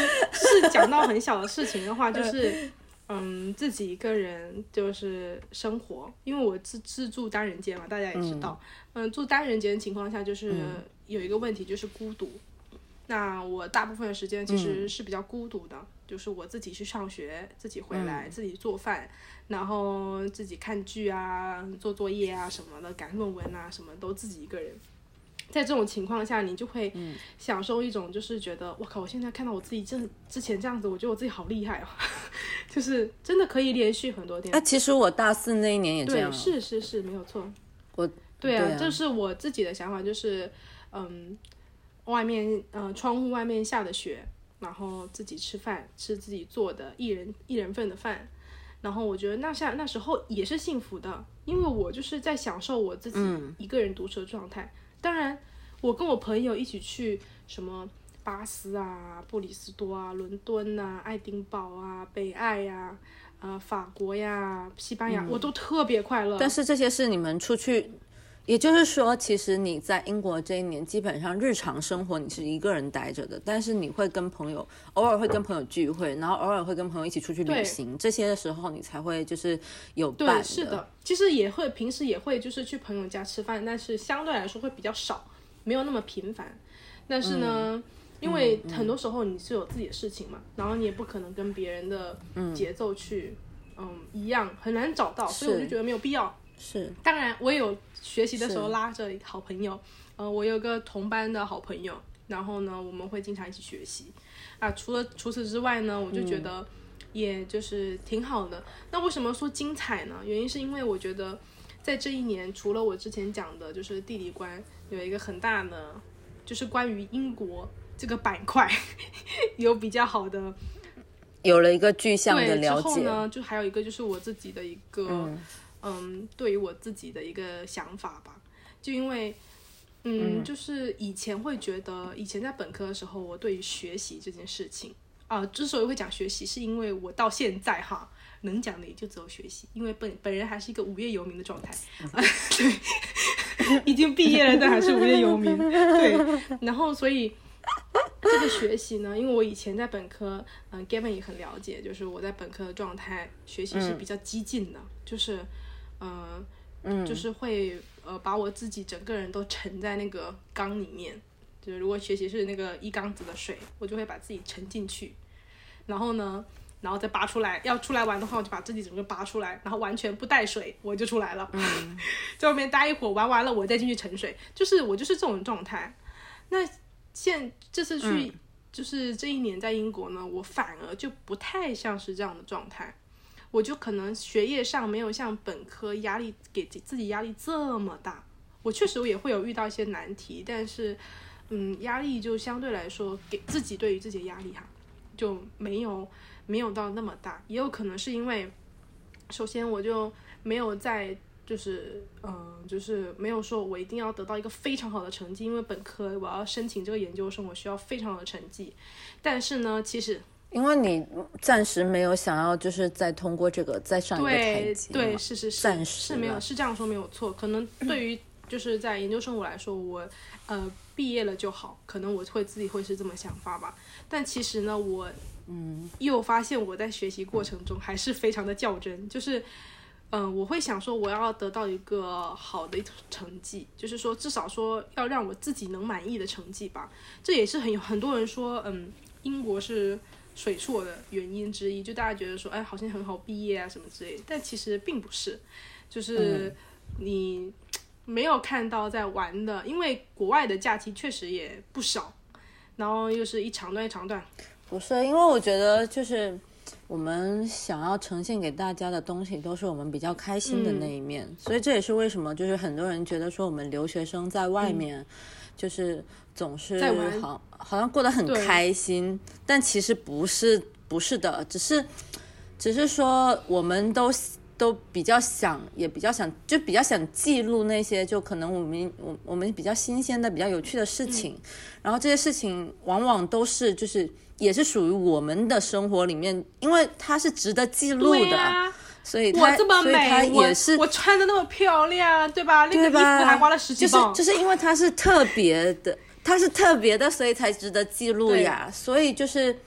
是讲到很小的事情的话，就是嗯，自己一个人就是生活，因为我自自住单人间嘛，大家也知道，嗯，嗯住单人间的情况下，就是有一个问题就是孤独。那我大部分的时间其实是比较孤独的，嗯、就是我自己去上学，自己回来，嗯、自己做饭，然后自己看剧啊、做作业啊什么的，赶论文啊什么都自己一个人。在这种情况下，你就会享受一种就是觉得，我、嗯、靠，我现在看到我自己这之前这样子，我觉得我自己好厉害哦，就是真的可以连续很多天。 啊，其实我大四那一年也这样。 对，是是是，没有错。 我对啊，这是我自己的想法，就是嗯。外面呃窗户外面下的雪，然后自己吃饭，吃自己做的一人一人份的饭，然后我觉得那下那时候也是幸福的，因为我就是在享受我自己一个人独处的状态、嗯、当然我跟我朋友一起去什么巴斯啊、布里斯多啊、伦敦啊、爱丁堡啊、北爱呀、啊、呃法国呀、西班牙、嗯、我都特别快乐。 但是这些是你们出去，也就是说其实你在英国这一年基本上日常生活你是一个人待着的，但是你会跟朋友偶尔会跟朋友聚会，然后偶尔会跟朋友一起出去旅行，这些的时候你才会就是有伴的。 对，是的，其实也会平时也会就是去朋友家吃饭，但是相对来说会比较少，没有那么频繁。但是呢、嗯、因为很多时候你是有自己的事情嘛、嗯、然后你也不可能跟别人的节奏去 嗯, 嗯一样，很难找到，所以我就觉得没有必要。 是， 当然我也有学习的时候拉着好朋友，呃，我有个同班的好朋友，然后呢我们会经常一起学习啊。除了除此之外呢，我就觉得也就是挺好的、嗯、那为什么说精彩呢？原因是因为我觉得在这一年，除了我之前讲的就是地理观有一个很大的就是关于英国这个板块有比较好的有了一个具象的了解。 对，之后呢就还有一个就是我自己的一个嗯嗯，对于我自己的一个想法吧，就因为，嗯，嗯就是以前会觉得，以前在本科的时候，我对于学习这件事情啊、呃，之所以会讲学习，是因为我到现在哈，能讲的也就只有学习，因为本本人还是一个无业游民的状态，啊、对，已经毕业了，但还是无业游民，对，然后所以。这个学习呢，因为我以前在本科，嗯、呃、，Gavin 也很了解，就是我在本科的状态，学习是比较激进的，嗯、就是，呃，嗯，就是会呃把我自己整个人都沉在那个缸里面，就是如果学习是那个一缸子的水，我就会把自己沉进去，然后呢，然后再拔出来，要出来玩的话，我就把自己整个拔出来，然后完全不带水，我就出来了，嗯，在外面待一会儿，玩完了我再进去沉水，就是我就是这种状态，那。现这次去、嗯、就是这一年在英国呢，我反而就不太像是这样的状态，我就可能学业上没有像本科压力给自己压力这么大，我确实也会有遇到一些难题，但是嗯，压力就相对来说给自己对于自己的压力哈就没有没有到那么大，也有可能是因为首先我就没有在就是嗯、呃，就是没有说我一定要得到一个非常好的成绩，因为本科我要申请这个研究生，我需要非常好的成绩。但是呢，其实因为你暂时没有想要就是再通过这个再上一个台阶， 对对，是是是， 暂时是没有是这样说没有错。可能对于就是在研究生我来说，我呃毕业了就好，可能我会自己会是这么想法吧。但其实呢，我嗯又发现我在学习过程中还是非常的较真，就是。嗯，我会想说我要得到一个好的成绩，就是说至少说要让我自己能满意的成绩吧。这也是很很多人说，嗯，英国是水硕的原因之一，就大家觉得说，哎，好像很好毕业啊什么之类的，但其实并不是，就是你没有看到在玩的，因为国外的假期确实也不少，然后又是一长段一长段。 不是，因为我觉得就是我们想要呈现给大家的东西都是我们比较开心的那一面、嗯、所以这也是为什么就是很多人觉得说我们留学生在外面、嗯、就是总是好好像过得很开心，但其实不是不是的，只是只是说我们都都比较想也比较想就比较想记录那些就可能我们我我们比较新鲜的比较有趣的事情、嗯、然后这些事情往往都是就是也是属于我们的生活里面，因为它是值得记录的、 啊、 所以它我这么美， 所以它也是我, 我穿的那么漂亮，对吧？那个衣服还花了十几磅， 就是就是因为它是特别的，它是特别的，所以才值得记录呀。所以就是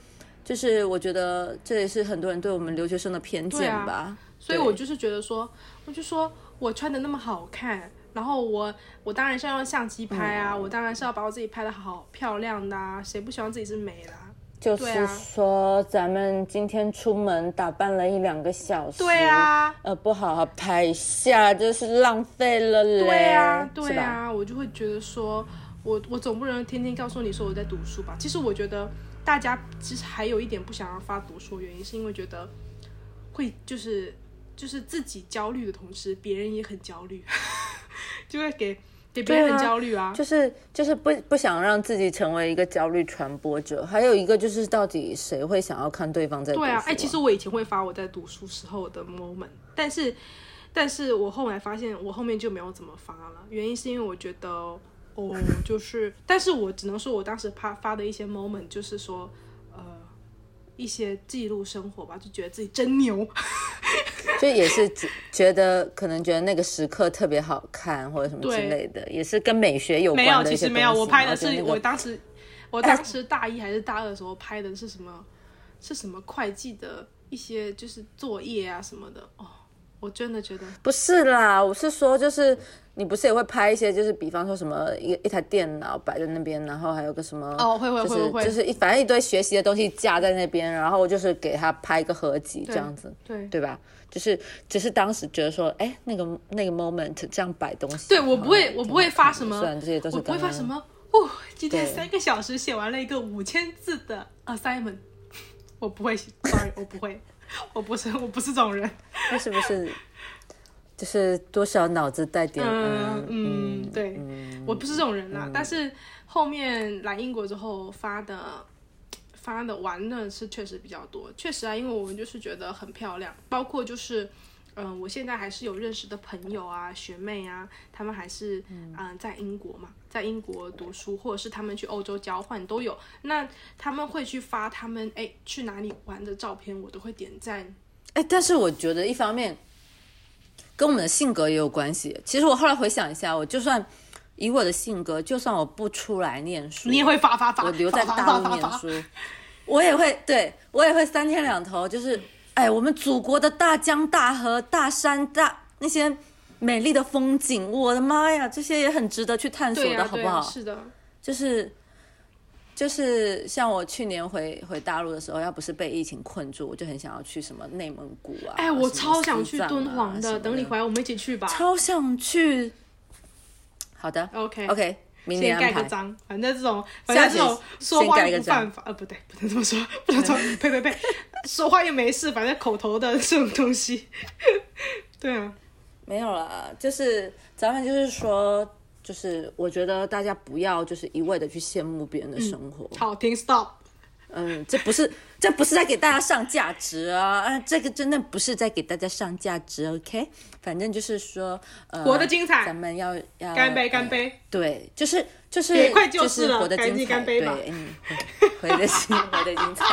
就是我觉得这也是很多人对我们留学生的偏见吧。 啊、所以我就是觉得说，我就说我穿的那么好看，然后我我当然是要用相机拍啊、嗯，我当然是要把我自己拍的好漂亮的啊，谁不希望自己是美的、啊？ 就是说，咱们今天出门打扮了一两个小时， 对啊， 呃，不好好拍一下，就是浪费了嘞。 对啊，对啊，我就会觉得说，我我总不能天天告诉你说我在读书吧？其实我觉得大家其实还有一点不想要发读书的原因，是因为觉得会就是就是自己焦虑的同时，别人也很焦虑，就会给。给别人很焦虑啊， 啊就是就是不不想让自己成为一个焦虑传播者，还有一个就是到底谁会想要看对方在读书、啊？ 对啊，哎，其实我以前会发我在读书时候的 moment， 但是但是我后来发现我后面就没有怎么发了，原因是因为我觉得哦，就是，但是我只能说我当时发发的一些 moment 就是说呃一些记录生活吧，就觉得自己真牛。 就也是觉得可能觉得那个时刻特别好看或者什么之类的，也是跟美学有关的一些东西。 没有，其实没有，我拍的是、那個、我当时我当时大一还是大二的时候拍的是什么是什么会计的一些就是作业啊什么的哦，我真的觉得不是啦，我是说就是你不是也会拍一些就是比方说什么一一台电脑摆在那边，然后还有个什么哦会会会会会就是一反正一堆学习的东西架在那边，然后就是给他拍一个合集这样子， 对对吧？就是只是当时觉得说，哎，那个那个 moment 这样摆东西， 对我不会我不会发什么， 虽然这些都是我不会发什么哦，今天三个小时写完了一个五千字的 assignment， 我不会 ，sorry， 我不会，我不是我不是这种人， 那是不是？就是多少脑子带点嗯嗯, 嗯对、嗯、我不是这种人啦、嗯、但是后面来英国之后发的发的玩的是确实比较多，确实啊，因为我们就是觉得很漂亮，包括就是嗯、呃，我现在还是有认识的朋友啊学妹啊，他们还是嗯、呃、在英国嘛，在英国读书，或者是他们去欧洲交换都有，那他们会去发他们哎去哪里玩的照片，我都会点赞。 哎，但是我觉得一方面跟我们的性格也有关系。其实我后来回想一下，我就算以我的性格，就算我不出来念书， 你也会发发发， 我留在大陆念书，我也会，对，我也会三天两头，就是哎，我们祖国的大江大河、大山大那些美丽的风景，我的妈呀，这些也很值得去探索的， 啊、 好不好？ 是的， 就是就是像我去年回回大陆的时候，要不是被疫情困住，我就很想要去什么内蒙古啊， 哎，我超想去敦煌的，等你回来我们一起去吧， 超想去。好的 ，OK OK， 明年安排。 先盖个章，反正这种反正这种说话又不犯法，呃，不对，不能这么说，不能说，呸呸呸，说话又没事，反正口头的这种东西，对啊， 没有啦，就是咱们就是说。就是我觉得大家不要就是一味的去羡慕别人的生活。 嗯、好，停 ，stop。 嗯，这不是这不是在给大家上价值啊！啊，这个真的不是在给大家上价值 ，OK？ 反正就是说，呃， 活得精彩， 咱们要要干杯，干杯！ 呃、对，就是就是也快就是了， 活得精彩， 干杯吧！ 对，嗯，活得精活得精彩。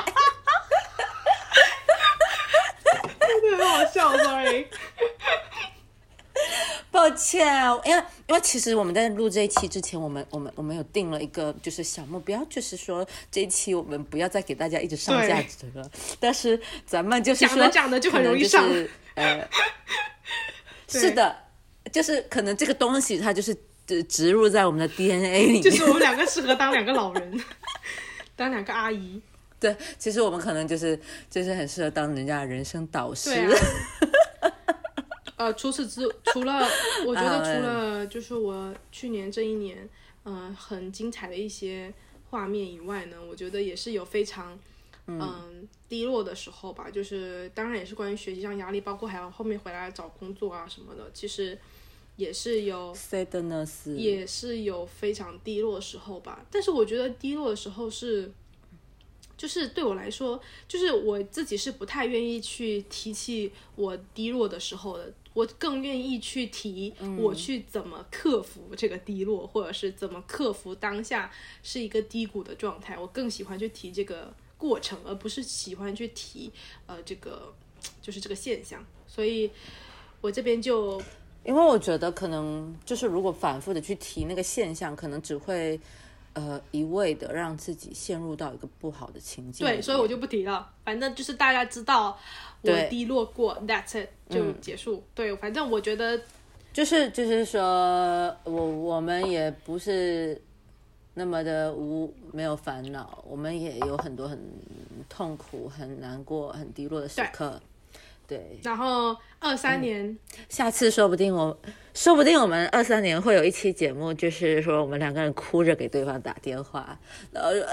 真的很好笑 ，sorry。 抱歉，因为因为其实我们在录这一期之前，我们我们我们有定了一个就是小目标，就是说这一期我们不要再给大家一直上价值了。但是咱们就是说讲着讲着就很容易上， 就是呃，是的，就是可能这个东西它就是植入在我们的 D N A 里面， 就是我们两个适合当两个老人，当两个阿姨。 对，其实我们可能就是就是很适合当人家的人生导师。 对啊呃，除此之除了，我觉得除了就是我去年这一年，嗯、呃，很精彩的一些画面以外呢，我觉得也是有非常，嗯、呃，低落的时候吧。就是当然也是关于学习上压力，包括还有后面回来找工作啊什么的，其实也是有 sadness， 也是有非常低落的时候吧。但是我觉得低落的时候是。就是对我来说，就是我自己是不太愿意去提起我低落的时候的，我更愿意去提我去怎么克服这个低落，嗯、或者是怎么克服当下是一个低谷的状态。我更喜欢去提这个过程，而不是喜欢去提呃这个就是这个现象。所以我这边就因为我觉得可能就是如果反复的去提那个现象，可能只会呃一味的让自己陷入到一个不好的情境。 对，所以我就不提了，反正就是大家知道我低落过 ，that's it 就结束、嗯、对，反正我觉得就是就是说我我们也不是那么的无没有烦恼，我们也有很多很痛苦很难过很低落的时刻。对， 然后二三年、嗯、 下次说不定我说不定我们二三年会有一期节目，就是说我们两个人哭着给对方打电话，然后说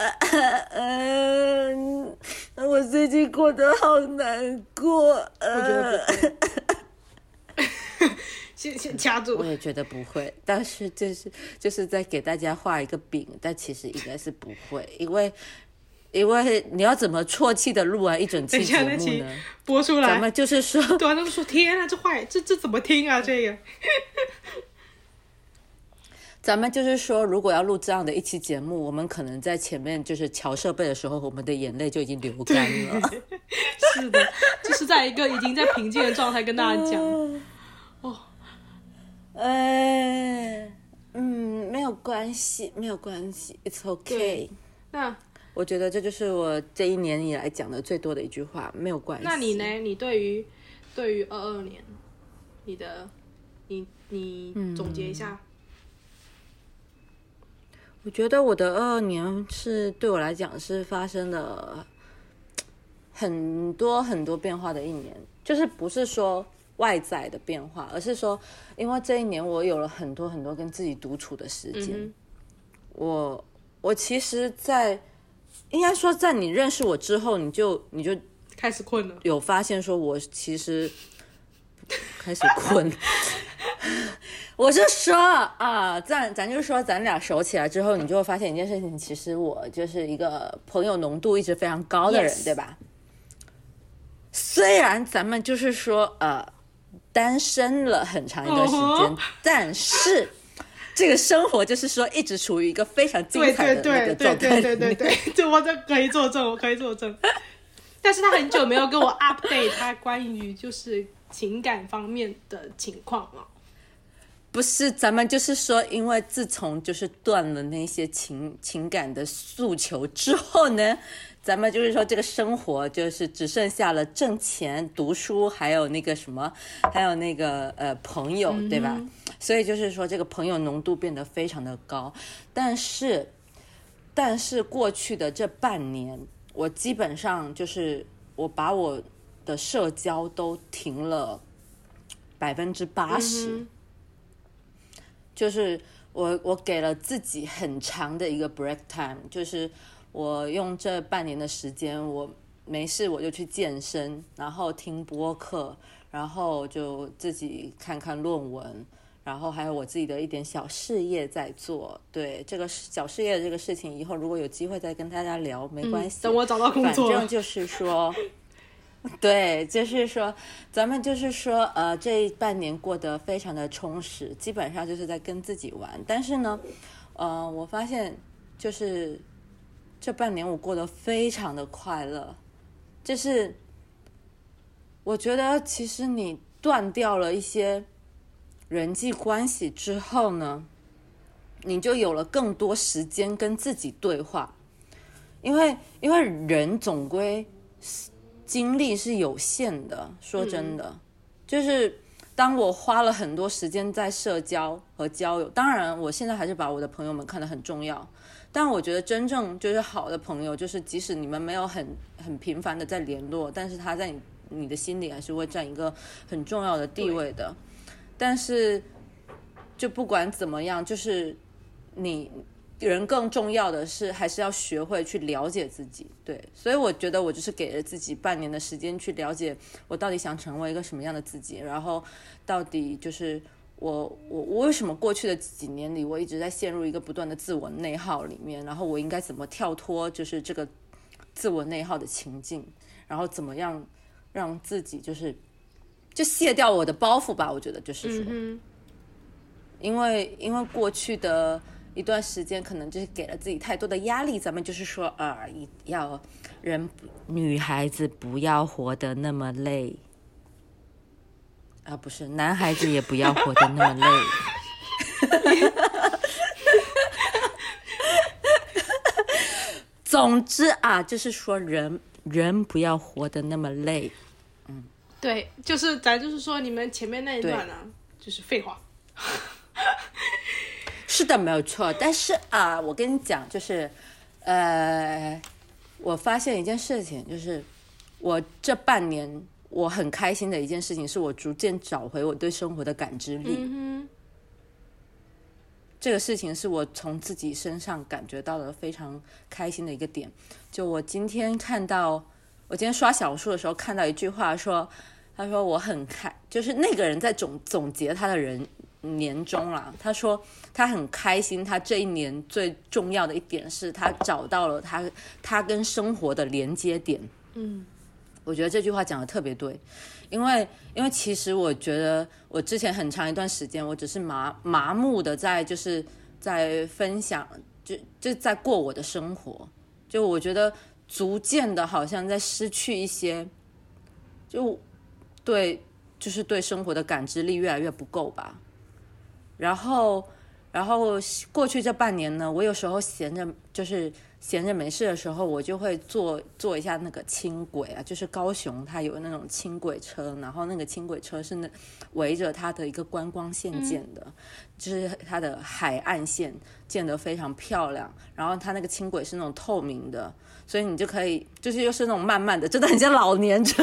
嗯、呃，我最近过得好难过。呃、 我觉得不会先先掐住。 我也觉得不会，但是就是就是在给大家画一个饼，但其实应该是不会，因为因为你要怎么啜泣的录完一整期节目呢？ 播出来， 咱们就是说， 对啊，他们说天啊，这坏，这这怎么听啊？这个， 咱们就是说，如果要录这样的一期节目，我们可能在前面就是调设备的时候，我们的眼泪就已经流干了。 是的，就是在一个已经在平静的状态跟大家讲。哦， 哎，嗯，没有关系，没有关系 ，It's okay。 那。 我觉得这就是我这一年以来讲的最多的一句话，没有关系。 那你呢？你对于对于二二年，你的你你总结一下、嗯。 我觉得我的二二年是对我来讲是发生了很多很多变化的一年，就是不是说外在的变化，而是说因为这一年我有了很多很多跟自己独处的时间。嗯、我我其实在应该说在你认识我之后，你就你就开始困了， 有发现说我其实开始困。我是说啊，咱咱就说咱俩熟起来之后，你就会发现一件事情，其实我就是一个朋友浓度一直非常高的人， yes. 对吧？虽然咱们就是说呃单身了很长一段时间， uh-huh. 但是这个生活就是说一直处于一个非常精彩的那个状态。 对对对对对对，这我可以作证，我可以作证。但是他很久没有跟我 update 他关于就是情感方面的情况了。 不是，咱们就是说，因为自从就是断了那些情情感的诉求之后呢，咱们就是说这个生活就是只剩下了挣钱、读书，还有那个什么，还有那个呃朋友，对吧？嗯、所以就是说这个朋友浓度变得非常的高。但是，但是过去的这半年，我基本上就是我把我的社交都停了百分之八十。就是我我给了自己很长的一个 break time， 就是我用这半年的时间，我没事我就去健身，然后听播客，然后就自己看看论文，然后还有我自己的一点小事业在做。对，这个小事业的这个事情，以后如果有机会再跟大家聊，没关系。 嗯、等我找到工作。 反正就是说。对，就是说咱们就是说呃这半年过得非常的充实，基本上就是在跟自己玩。但是呢呃我发现就是这半年我过得非常的快乐，就是我觉得其实你断掉了一些人际关系之后呢，你就有了更多时间跟自己对话。因为因为人总归精力是有限的，说真的、嗯、就是当我花了很多时间在社交和交友，当然我现在还是把我的朋友们看得很重要，但我觉得真正就是好的朋友，就是即使你们没有很很频繁的在联络，但是他在你你的心里还是会占一个很重要的地位的。但是就不管怎么样，就是你人更重要的是还是要学会去了解自己。对，所以我觉得我就是给了自己半年的时间去了解我到底想成为一个什么样的自己，然后到底就是我我我为什么过去的几年里我一直在陷入一个不断的自我内耗里面，然后我应该怎么跳脱就是这个自我内耗的情境，然后怎么样让自己就是就卸掉我的包袱吧。我觉得就是说、嗯、因为因为过去的一段时间可能就是给了自己太多的压力，咱们就是说呃，要人女孩子不要活得那么累啊，不是男孩子也不要活得那么累总之啊，就是说人人不要活得那么累。嗯， 对，就是咱就是说你们前面那一段呢，就是废话。 是的，没有错。但是啊，我跟你讲，就是呃，我发现一件事情，就是我这半年我很开心的一件事情，是我逐渐找回我对生活的感知力。 嗯哼， 这个事情是我从自己身上感觉到的非常开心的一个点。就我今天看到，我今天刷小说的时候看到一句话说，他说我很开，就是那个人在总总结他的人年终啦，他说他很开心，他这一年最重要的一点是他找到了他他跟生活的连接点。 嗯， 我觉得这句话讲的特别对，因为因为其实我觉得我之前很长一段时间，我只是麻麻木的在就是在分享，就就在过我的生活，就我觉得逐渐的好像在失去一些，就对就是对生活的感知力越来越不够吧。然后然后过去这半年呢，我有时候闲着就是闲着没事的时候，我就会坐坐一下那个轻轨啊，就是高雄它有那种轻轨车，然后那个轻轨车是那围着它的一个观光线建的，嗯、就是它的海岸线建得非常漂亮，然后它那个轻轨是那种透明的，所以你就可以就是又是那种慢慢的，真的很像老年车。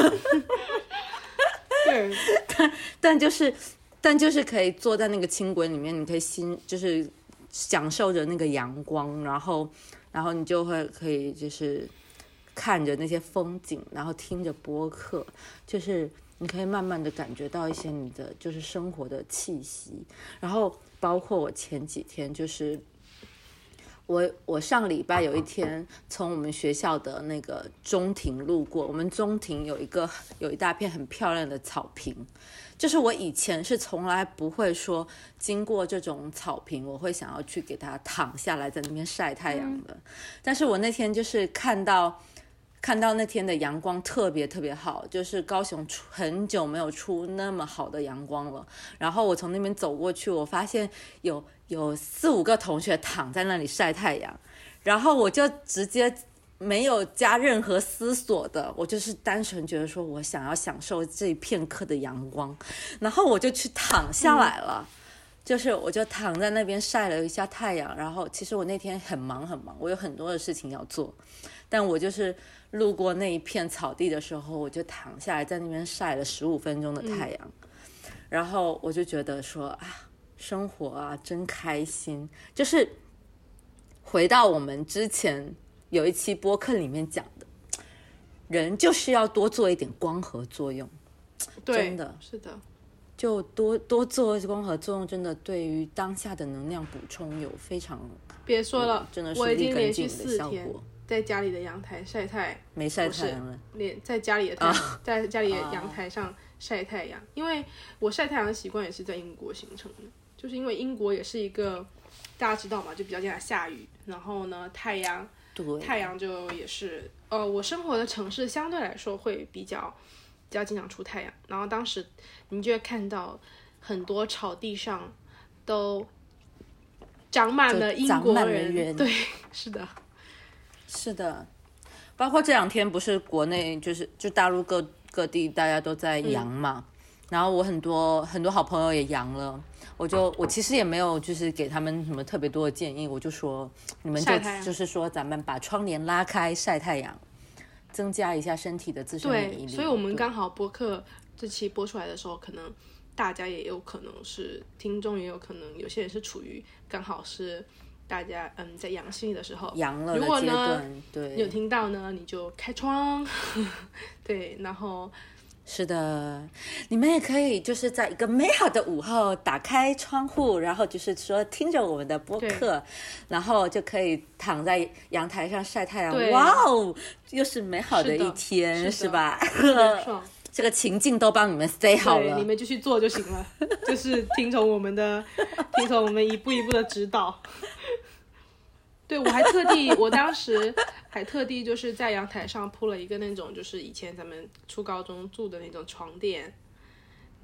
对， 但但就是但就是可以坐在那个轻轨里面，你可以心就是享受着那个阳光，然后然后你就会可以就是看着那些风景，然后听着播客，就是你可以慢慢的感觉到一些你的就是生活的气息。然后包括我前几天就是我我上礼拜有一天从我们学校的那个中庭路过，我们中庭有一个有一大片很漂亮的草坪，就是我以前是从来不会说经过这种草坪我会想要去给它躺下来在那边晒太阳的、嗯、但是我那天就是看到看到那天的阳光特别特别好，就是高雄很久没有出那么好的阳光了，然后我从那边走过去，我发现有有四五个同学躺在那里晒太阳，然后我就直接没有加任何思索的，我就是单纯觉得说我想要享受这一片刻的阳光，然后我就去躺下来了、嗯、就是我就躺在那边晒了一下太阳。然后其实我那天很忙很忙，我有很多的事情要做，但我就是路过那一片草地的时候，我就躺下来在那边晒了十五分钟的太阳、嗯、然后我就觉得说啊，生活啊真开心。就是回到我们之前有一期播客里面讲的，人就是要多做一点光合作用。 对， 真的是的， 就多多做光合作用，真的对于当下的能量补充有非常别说了、嗯、 真的是我已经连续立四天在家里的阳台晒太没晒太阳了， 连在家里的太、啊、在家里的阳台上晒太阳、啊、因为我晒太阳的习惯也是在英国形成的，就是因为英国也是一个大家知道嘛，就比较经常下雨，然后呢太阳对太阳就也是呃，我生活的城市相对来说会比较比较经常出太阳，然后当时你就会看到很多草地上都长满了英国人， 人对，是的是的，包括这两天不是国内就是就大陆各各地大家都在阳嘛、嗯、然后我很多很多好朋友也阳了，我就我其实也没有就是给他们什么特别多的建议，我就说你们就就是说咱们把窗帘拉开晒太阳，增加一下身体的自身免疫力。 对，所以我们刚好播客这期播出来的时候，可能大家也有可能是听众，也有可能有些人是处于刚好是大家嗯在阳性的时候阳了的阶段，如果呢对你有听到呢，你就开窗对，然后是的，你们也可以就是在一个美好的午后打开窗户，然后就是说听着我们的播客，然后就可以躺在阳台上晒太阳，哇哦，又是美好的一天， 是, 是吧？这个情境都帮你们塞好了， 你们就去做就行了，就是听从我们的听从我们一步一步的指导。对，我还特地我当时还特地就是在阳台上铺了一个那种就是以前咱们初高中住的那种床垫，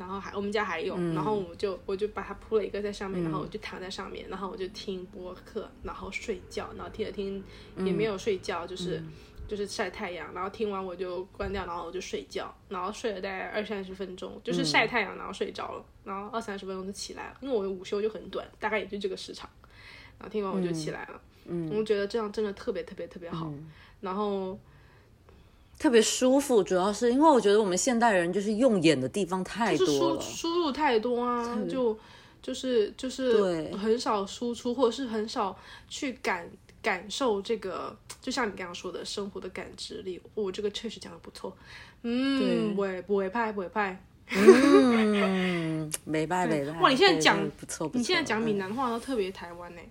然后还我们家还有， 嗯、 然后我就我就把它铺了一个在上面、嗯，然后我就躺在上面，然后我就听播客，然后睡觉，然后听着听也没有睡觉，嗯、就是、嗯、就是晒太阳，然后听完我就关掉，然后我就睡觉，然后睡了大概二三十分钟，就是晒太阳然后睡着了，然后二三十分钟就起来了，因为我的午休就很短，大概也就这个时长，然后听完我就起来了，嗯，我觉得这样真的特别特别特别好，嗯、然后。 特别舒服，主要是因为我觉得我们现代人就是用眼的地方太多了， 就是输入太多啊，就就是就是很少输出，或者是很少去感感受这个，就像你刚刚说的生活的感知力。我、哦、这个确实讲的不错，嗯，委委派委派， 嗯，没拜没拜。 哇，你现在讲不错， 你现在讲闽南话都特别台湾呢、欸，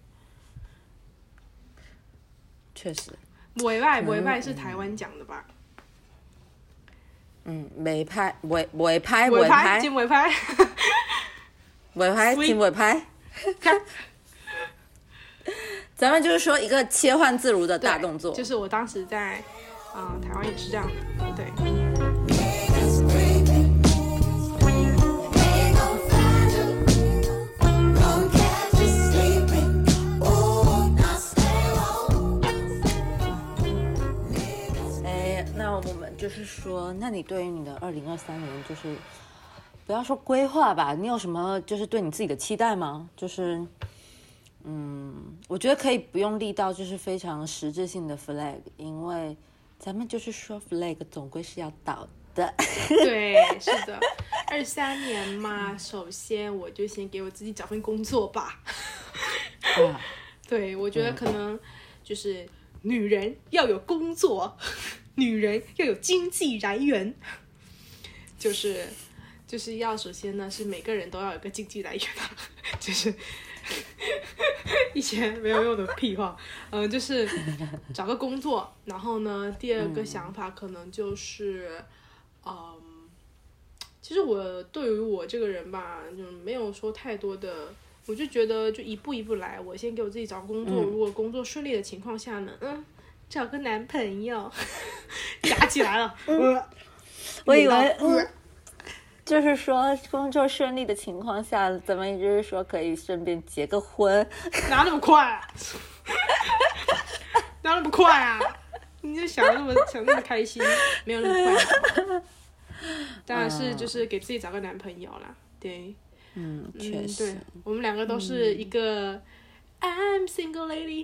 确实， 委派委派是台湾讲的吧？ 嗯，袂歹，袂袂歹， 袂歹， 真袂歹， 袂歹，真袂歹。咱们就是说一个切换自如的大动作， 就是我当时在，啊、呃，台湾也是这样的，对。 就是说，那你对于你的二零二三年，就是不要说规划吧，你有什么就是对你自己的期待吗？就是，嗯，我觉得可以不用立到就是非常实质性的 flag， 因为咱们就是说 flag 总归是要倒的。 对，是的，二三年嘛，首先我就先给我自己找份工作吧。 啊、 对，我觉得可能就是女人要有工作。女人要有经济来源，就是就是要首先呢是每个人都要有个经济来源啊，就是一些没有用的屁话，嗯、呃，就是找个工作，然后呢，第二个想法可能就是，嗯，其实我对于我这个人吧，就没有说太多的，我就觉得就一步一步来，我先给我自己找工作，嗯、如果工作顺利的情况下呢，嗯。找个男朋友，夹起来了。 嗯、我以为、嗯，就是说工作顺利的情况下，咱们就是说可以顺便结个婚。 哪那么快、啊？哪那么快啊？你就想那么想那么开心，没有那么快。当然是就是给自己找个男朋友啦，对。 嗯，确实。 对，我们两个都是一个。嗯I'm single lady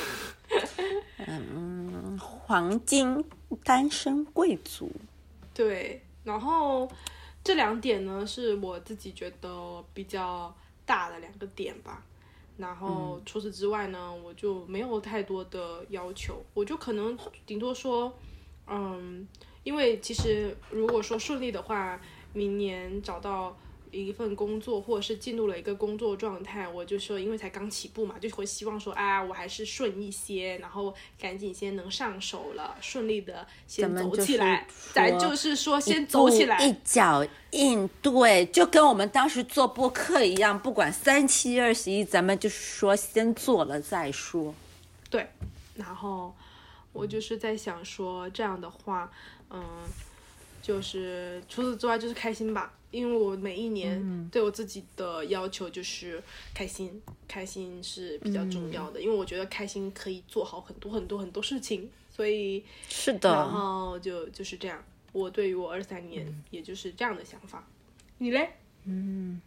嗯，黄金单身贵族。 对，然后这两点呢是我自己觉得比较大的两个点吧。然后除此之外呢，我就没有太多的要求，我就可能顶多说，嗯，因为其实如果说顺利的话，明年找到一份工作或者是进入了一个工作状态，我就说因为才刚起步嘛，就会希望说啊我还是顺一些，然后赶紧先能上手了，顺利的先走起来，咱就是说先走起来， 一脚印，对，就跟我们当时做播客一样，不管三七二十一，咱们就是说先做了再说。 对，然后我就是在想说这样的话，嗯，就是除此之外就是开心吧。因为我每一年对我自己的要求就是开心，嗯、开心是比较重要的，嗯、因为我觉得开心可以做好很多很多很多事情，所以是的， 然后就就是这样。我对于我二三年、嗯、也就是这样的想法，你嘞？ 嗯，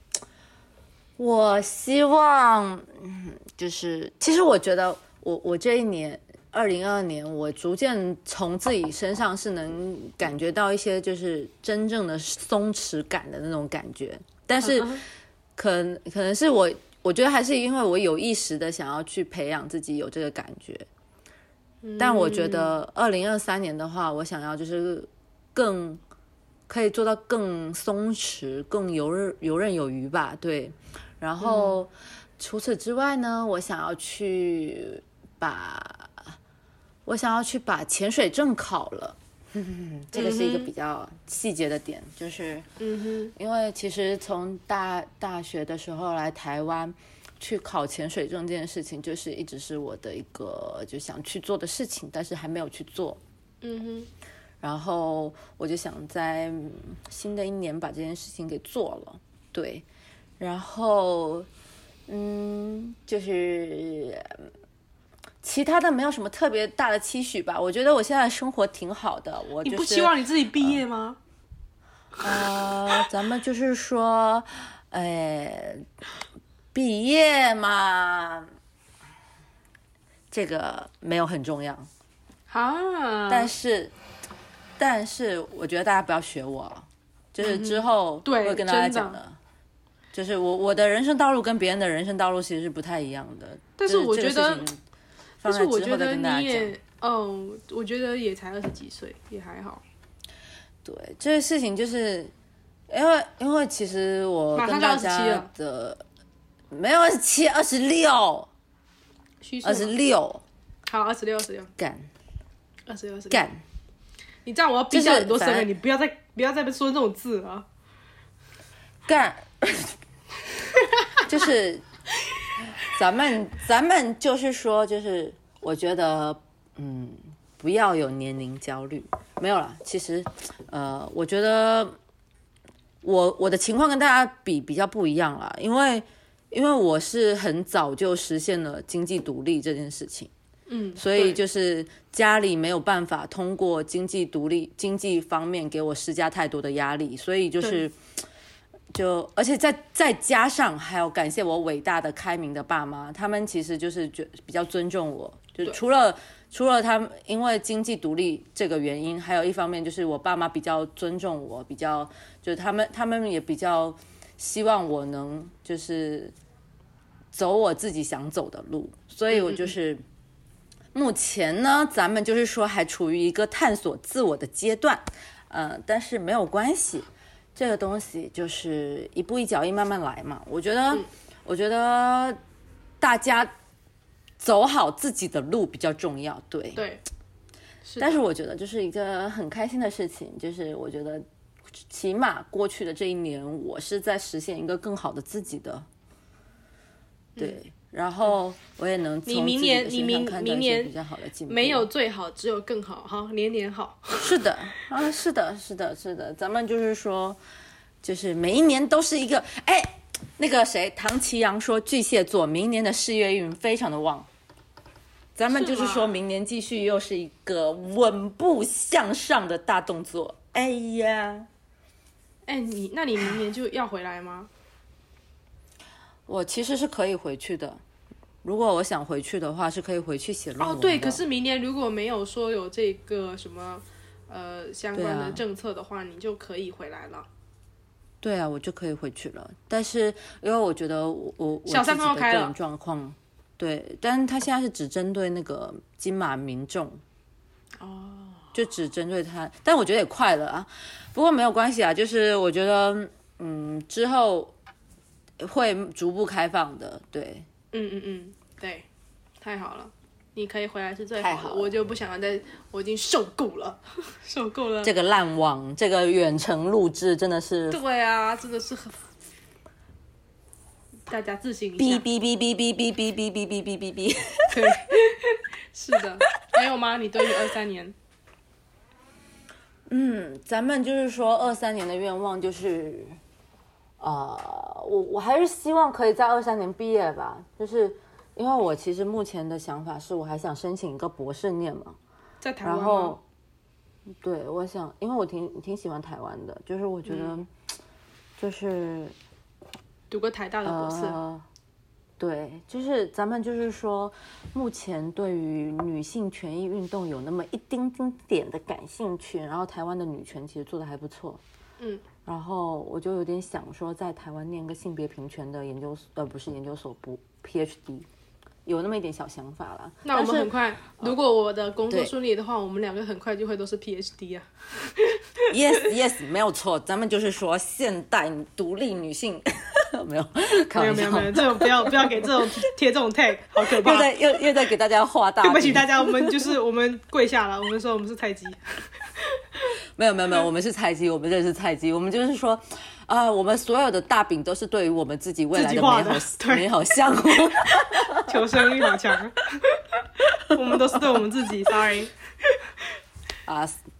我希望，嗯，就是其实我觉得我我这一年。二零二二年，我逐渐从自己身上是能感觉到一些就是真正的松弛感的那种感觉，但是可能可能是我我觉得还是因为我有意识的想要去培养自己有这个感觉，但我觉得二零二三年的话，我想要就是更可以做到更松弛、更游刃游刃有余吧，对。然后、嗯、除此之外呢，我想要去把。我想要去把潜水证考了，这个是一个比较细节的点，就是，因为其实从大大学的时候来台湾去考潜水证这件事情，就是一直是我的一个就想去做的事情，但是还没有去做。 嗯哼。 然后我就想在新的一年把这件事情给做了，对，然后嗯，就是其他的没有什么特别大的期许吧。我觉得我现在生活挺好的，我、就是、 你不希望你自己毕业吗？ 呃，咱们就是说，呃，毕业嘛，这个没有很重要啊。 但是，但是我觉得大家不要学我，就是之后会跟大家讲的。嗯、就是我我的人生道路跟别人的人生道路其实是不太一样的。 但是我觉得， 但是我觉得你也，哦，我觉得也才二十几岁，也还好。 对，这个事情就是因为因为其实我跟大家的没有二十七，二十六，二十六， 好，二十六，二十六， 干， 二十六，二十六， 干。 你这样我要逼掉很多声了，你不要再不要再说这种字了。 干，就是咱们咱们就是说，就是我觉得，嗯，不要有年龄焦虑。没有啦，其实，呃，我觉得我我的情况跟大家比比较不一样啦，因为因为我是很早就实现了经济独立这件事情， 嗯， 所以就是家里没有办法通过经济独立经济方面给我施加太多的压力，所以就是就而且再再加上还有感谢我伟大的开明的爸妈，他们其实就是觉比较尊重我，就除了。除了他们因为经济独立这个原因，还有一方面就是我爸妈比较尊重我，比较就是他们他们也比较希望我能就是走我自己想走的路，所以我就是嗯嗯嗯目前呢，咱们就是说还处于一个探索自我的阶段，呃，但是没有关系，这个东西就是一步一脚印慢慢来嘛。我觉得，嗯、我觉得大家。走好自己的路比较重要，对对。 是但是我觉得就是一个很开心的事情，就是我觉得起码过去的这一年，我是在实现一个更好的自己的，对。嗯、然后我也能从自己的身上看到一些比较好的进步。 没有最好，只有更好，哈，年年好。 是的啊，是的，是的，是的。咱们就是说，就是每一年都是一个哎。那个谁，唐奇阳说巨蟹座明年的事业运非常的旺，咱们就是说明年继续又是一个稳步向上的大动作。哎呀， 哎，你那你明年就要回来吗？ 我其实是可以回去的，如果我想回去的话，是可以回去写论文的。 哦，对，可是明年如果没有说有这个什么呃相关的政策的话，啊、你就可以回来了。 对啊，我就可以回去了。但是因为我觉得我我小三通要开了， 我自己的个人状况，对，但是他现在是只针对那个金马民众， 哦， 就只针对他。但我觉得也快了啊，不过没有关系啊，就是我觉得嗯之后会逐步开放的，对， 嗯嗯嗯，对，太好了。你可以回来是最好的，我就不想要再，我已经受够了，受够了。 这个烂网，这个远程录制真的是， 对啊，真的是很，大家自行一下。 哔哔哔哔哔哔哔哔哔哔哔哔哔。 对，是的。还有吗？你对于二三年？ 嗯，咱们就是说二三年的愿望就是，呃，我我还是希望可以在二三年毕业吧，就是。因为我其实目前的想法是我还想申请一个博士念嘛， 在台湾吗？ 然后，对，我想，因为我挺挺喜欢台湾的，就是我觉得，嗯、就是读个台大的博士、 呃，对，就是咱们就是说，目前对于女性权益运动有那么一丁丁点的感兴趣，然后台湾的女权其实做得还不错， 嗯， 然后我就有点想说，在台湾念个性别平权的研究所，呃，不是研究所，不 P H D。有那么一点小想法啦。 那我们很快，如果我的工作顺利的话，我们两个很快就会都是 P H D 啊。 Yes, yes， 没有错。咱们就是说现代独立女性，没有，开玩笑， 没有没有没有，这种不要不要给这种贴这种 tag， 好可怕。 又在又又在给大家画大饼。 对不起大家，我们就是我们跪下了，我们说我们是菜鸡。 没有没有没有，我们是菜鸡，我们真的是菜鸡，我们就是说。啊、呃，我们所有的大饼都是对于我们自己未来的美好美好向往。 求生欲好强，我们都是对我们自己 ，sorry。 啊，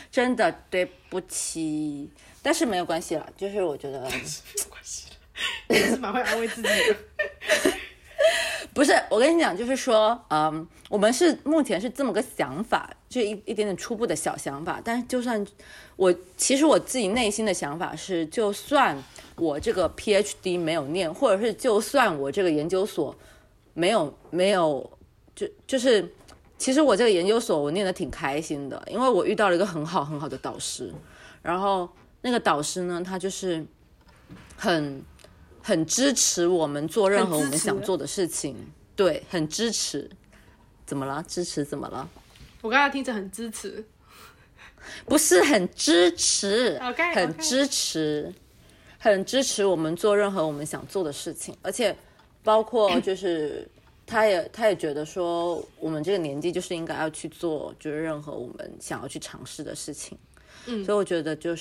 真的对不起，但是没有关系了，就是我觉得没有关系了，也是蛮会安慰自己的。 不是，我跟你讲，就是说，嗯，我们是目前是这么个想法，就一一点点初步的小想法。但是，就算我其实我自己内心的想法是，就算我这个 P H D 没有念，或者是就算我这个研究所没有没有，就就是其实我这个研究所我念得挺开心的，因为我遇到了一个很好很好的导师，然后那个导师呢，他就是很。很支持我们做任何我们想做的事情，对，很支持。怎么了？支持怎么了？ 我刚才听着很支持， 不是很支持， okay, 很支持， okay. 很支持我们做任何我们想做的事情，而且包括就是他也他也觉得说，我们这个年纪就是应该要去做，就是任何我们想要去尝试的事情。嗯，所以我觉得就是，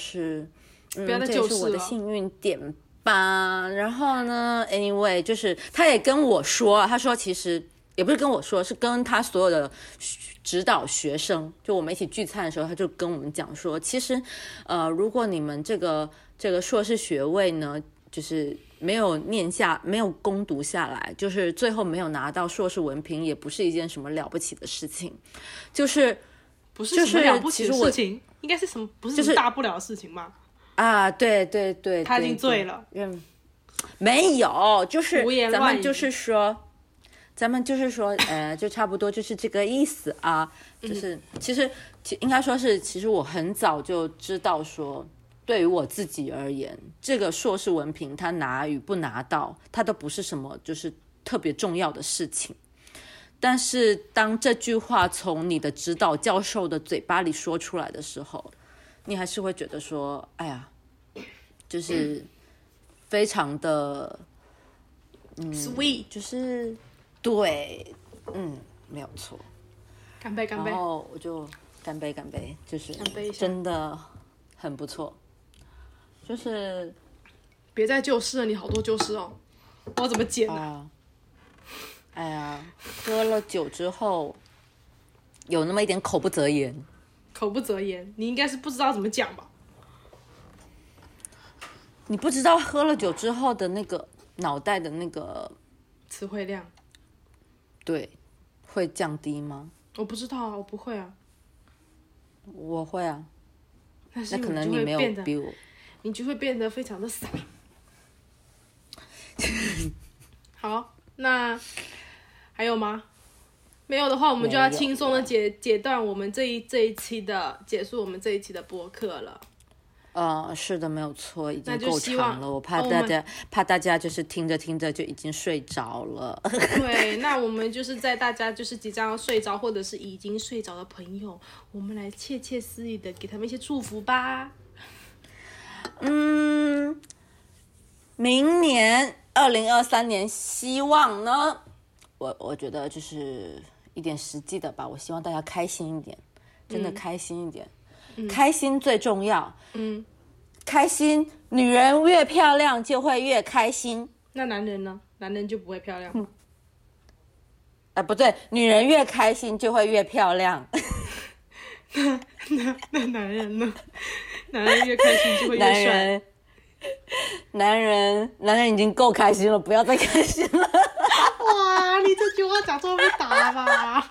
嗯， 不要再这也是我的幸运点。吧，然后呢 anyway 就是他也跟我说，他说其实也不是跟我说，是跟他所有的指导学生，就我们一起聚餐的时候，他就跟我们讲说，其实呃如果你们这个这个硕士学位呢，就是没有念下，没有攻读下来，就是最后没有拿到硕士文凭，也不是一件什么了不起的事情，就是不是什么了不起的事情，应该是什么不是什么大不了的事情吗？ 啊，对对对， 他已经醉了。 嗯，没有，就是咱们就是说，咱们就是说，呃，就差不多就是这个意思啊。就是、嗯、其实，其应该说是，其实我很早就知道说，对于我自己而言，这个硕士文凭他拿与不拿到，它都不是什么就是特别重要的事情。但是当这句话从你的指导教授的嘴巴里说出来的时候，你还是会觉得说，哎呀，就是非常的，嗯 ，sweet， 就是对，嗯，没有错。 干杯，干杯！ 然后我就干杯，干杯，就是干杯一下， 真的很不错。就是别再旧事了，你好多旧事哦，我要怎么剪啊？ 哎呀，喝了酒之后，有那么一点口不择言。 口不择言，你应该是不知道怎么讲吧？ 你不知道喝了酒之后的那个脑袋的那个词汇量， 对，会降低吗？ 我不知道啊，我不会啊。 我会啊。 那是可能你没有比我， 你就会变得非常的傻。好，那还有吗？没有的话，我们就要轻松的解解断我们这一这一期的结束我们这一期的播客了。 呃，是的，没有错，已经够长了。我怕大家、哦、怕大家就是听着听着就已经睡着了。 对，那我们就是在大家就是即将要睡着或者是已经睡着的朋友，我们来窃窃私语的给他们一些祝福吧。 嗯，明年二零二三年，希望呢，我我觉得就是一点实际的吧。我希望大家开心一点，真的开心一点。嗯，开心最重要。 嗯， 开心，女人越漂亮就会越开心。 那男人呢？男人就不会漂亮吗？ 啊，不对，女人越开心就会越漂亮。 那那那男人呢？男人越开心就会越帅。 男人，男人，男人已经够开心了，不要再开心了。 哇，你这句话讲错被打吧？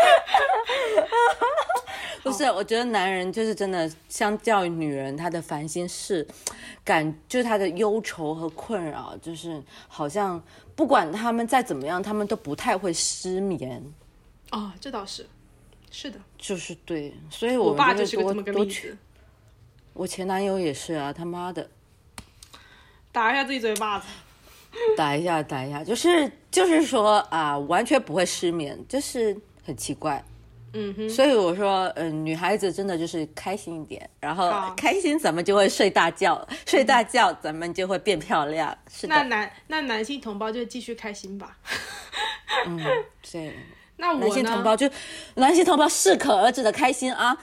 不是，我觉得男人就是真的，相较于女人，他的烦心事，感就是他的忧愁和困扰，就是好像不管他们再怎么样，他们都不太会失眠。 哦，这倒是，是的， 就是对，所以我我爸就是个这么个例子。 我前男友也是啊，他妈的， 打一下自己嘴巴子， 打一下，打一下，就是就是说啊，完全不会失眠，就是很奇怪。 嗯哼， 所以我说，嗯、呃，女孩子真的就是开心一点，然后开心咱们就会睡大觉，睡大觉咱们就会变漂亮。是的。 那男那男性同胞就继续开心吧。 嗯，对。 那我呢？ 男性同胞就男性同胞适可而止的开心啊。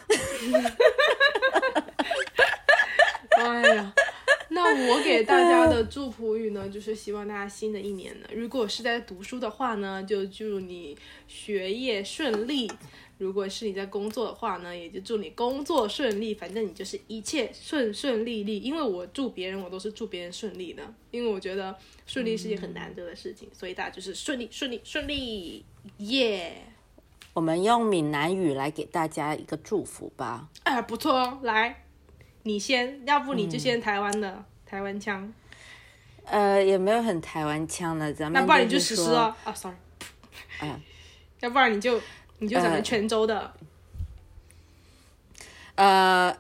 哎呀，那我给大家的祝福语呢，就是希望大家新的一年呢，如果是在读书的话呢，就祝你学业顺利， 如果是你在工作的话呢，也就祝你工作顺利，反正你就是一切顺顺利利。因为我祝别人，我都是祝别人顺利的，因为我觉得顺利是件很难得的事情，嗯、所以大家就是顺利顺利顺利，耶、yeah ！ 我们用闽南语来给大家一个祝福吧。 哎，不错哦，来，你先，要不你就先台湾的、嗯、台湾腔。 呃，也没有很台湾腔的，咱们那不然你就实施啊啊 ，sorry， 啊， 要不然你就你就咱们泉州的， 呃，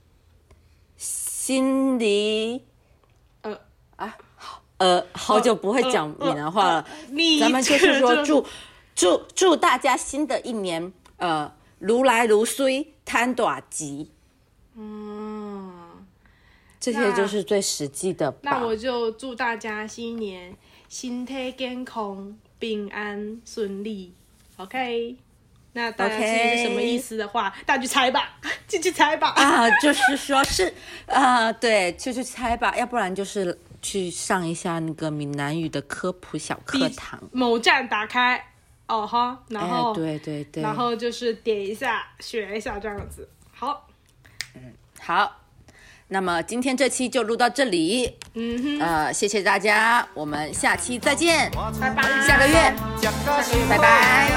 心里， 呃啊，呃，好久不会讲闽南话了， 呃呃、 咱们就是说祝祝祝大家新的一年，呃，如来如水，贪大吉， 嗯。 这些就是最实际的吧。 那我就祝大家新年身体健康、平安顺利。OK， 那大家是什么意思的话， okay. 大家去猜吧，进去猜吧。 啊，就是说是啊，对，就去猜吧，要不然就是去上一下那个闽南语的科普小课堂。 某站打开，哦哈，然后、 哎、对对对， 然后就是点一下，学一下这样子。好， 嗯，好。那么今天这期就录到这里， 嗯哼， 呃，谢谢大家，我们下期再见， 拜拜， 下个月，拜拜。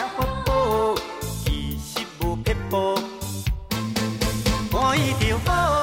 拜拜。